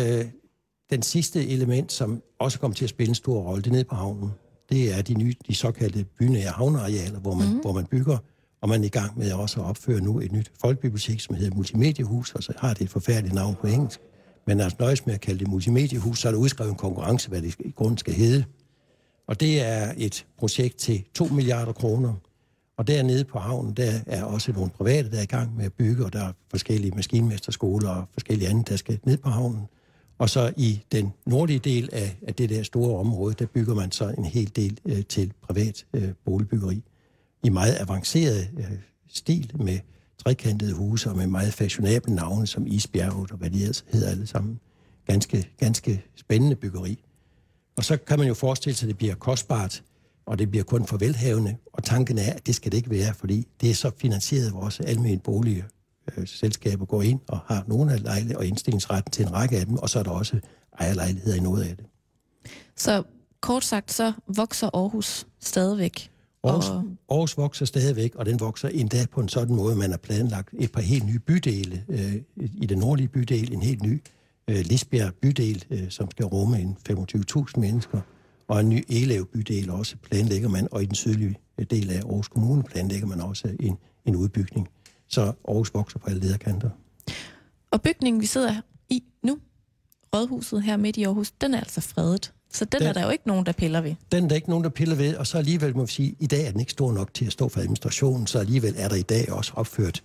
den sidste element, som også kommer til at spille en stor rolle, det er nede på havnen. Det er de såkaldte bynære havnearealer, hvor man bygger, og man er i gang med også at opføre nu et nyt folkebibliotek, som hedder Multimediehus, og så har det et forfærdeligt navn på engelsk. Men altså nøjes med at kalde det Multimediehus, så er der udskrevet en konkurrence, hvad det i grunden skal hedde. Og det er et projekt til 2 milliarder kroner. Og dernede på havnen, der er også nogle private, der er i gang med at bygge, og der er forskellige maskinmesterskoler og forskellige andre, der skal ned på havnen. Og så i den nordlige del af det der store område, der bygger man så en hel del til privat boligbyggeri. I meget avanceret stil med trekantede huse og med meget fashionable navne som Isbjerget og hvad de hedder alle sammen. Ganske spændende byggeri. Og så kan man jo forestille sig, at det bliver kostbart, og det bliver kun for velhavende. Og tanken er, at det skal det ikke være, fordi det er så finansieret, at vores almindelige boligselskaber går ind og har nogle af lejligheder og indstillingsretten til en række af dem, og så er der også ejerlejligheder i noget af det. Så kort sagt, så vokser Aarhus stadigvæk? Aarhus vokser stadigvæk, og den vokser endda på en sådan måde, at man har planlagt et par helt nye bydele. I den nordlige bydel en helt ny Lisbjerg bydel, som skal rumme en 25.000 mennesker, og en ny Elev bydel også planlægger man, og i den sydlige del af Aarhus Kommune planlægger man også en udbygning. Så Aarhus vokser på alle lederkanter. Og bygningen, vi sidder i nu, Rådhuset her midt i Aarhus, den er altså fredet. Så den er der jo ikke nogen, der piller ved. Den er der ikke nogen, der piller ved, og så alligevel må vi sige, i dag er den ikke stor nok til at stå for administrationen, så alligevel er der i dag også opført,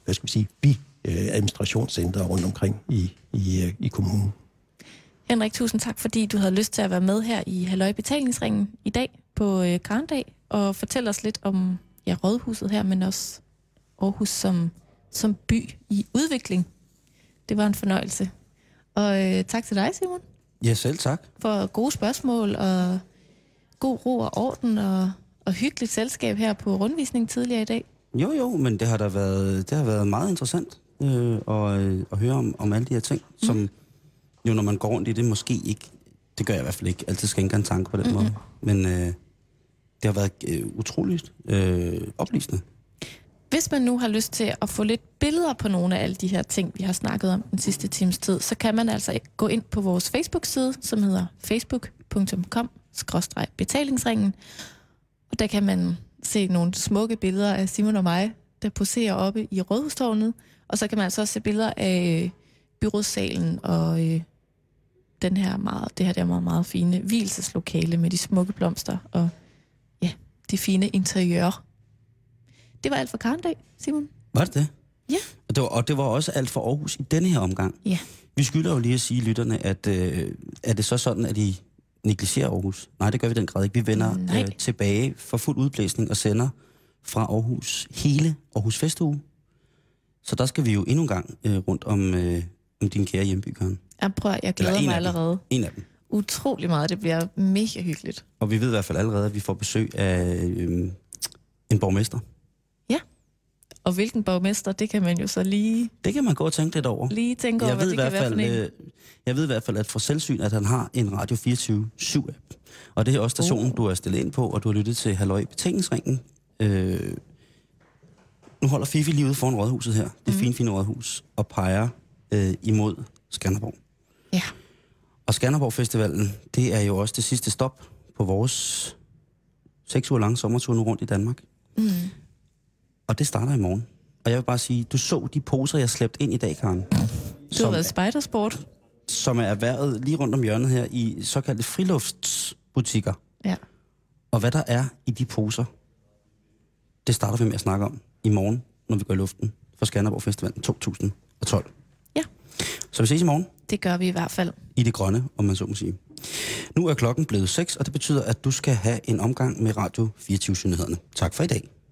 administrationscenter rundt omkring i kommunen. Henrik, tusind tak, fordi du havde lyst til at være med her i Halløj Betalingsringen i dag på Karndag, og fortælle os lidt om Rådhuset her, men også Aarhus som by i udvikling. Det var en fornøjelse. Og tak til dig, Simon. Ja, selv tak. For gode spørgsmål og god ro og orden og hyggeligt selskab her på rundvisningen tidligere i dag. Jo, men det har været meget interessant at høre om alle de her ting, som jo, når man går rundt i det, måske ikke, det gør jeg i hvert fald ikke, altid skænker en tanke på den måde. Men det har været utroligt oplysende. Hvis man nu har lyst til at få lidt billeder på nogle af alle de her ting, vi har snakket om den sidste times tid, så kan man altså gå ind på vores Facebook-side, som hedder facebook.com/betalingsringen. Og der kan man se nogle smukke billeder af Simon og mig, der poserer oppe i Rådhustårnet. Og så kan man altså også se billeder af byrådssalen og det her der meget, meget fine vielseslokale med de smukke blomster og de fine interiører. Det var alt for Karndag, Simon. Var det det? Ja. Og det var også alt for Aarhus i denne her omgang. Ja. Vi skylder jo lige at sige lytterne, at er det så sådan, at I negligerer Aarhus? Nej, det gør vi i den grad ikke. Vi vender tilbage for fuld udblæsning og sender fra Aarhus hele Aarhus Festuge. Så der skal vi jo endnu en gang rundt om din kære hjemby, Karen. Jeg glæder mig allerede. En af dem. Utrolig meget. Det bliver mega hyggeligt. Og vi ved i hvert fald allerede, at vi får besøg af en borgmester. Ja. Og hvilken borgmester, det kan man jo så lige... Det kan man gå og tænke lidt over. Lige tænke over, hvad det kan være for en. Jeg ved i hvert fald, at for selvsyn, at han har en Radio 24/7-app. Og det er også stationen, du er stillet ind på, og du har lyttet til Halløj Betalingsringen. Nu holder Fifi lige ude foran Rådhuset her. Det fine Rådhus. Og peger imod Skanderborg. Ja. Og Skanderborg Festivalen, det er jo også det sidste stop på vores 6 uger lange sommertur nu rundt i Danmark. Og det starter i morgen. Og jeg vil bare sige, du så de poser, jeg slæbte ind i dag, Karen. Du har været spejdersport. Som er erhvervet lige rundt om hjørnet her i såkaldte friluftsbutikker. Ja. Og hvad der er i de poser, det starter vi med at snakke om i morgen, når vi går i luften for Skanderborg Festivalen 2012. Ja. Så vi ses i morgen. Det gør vi i hvert fald. I det grønne, om man så må sige. Nu er klokken blevet 6, og det betyder, at du skal have en omgang med Radio 24-nyhederne. Tak for i dag.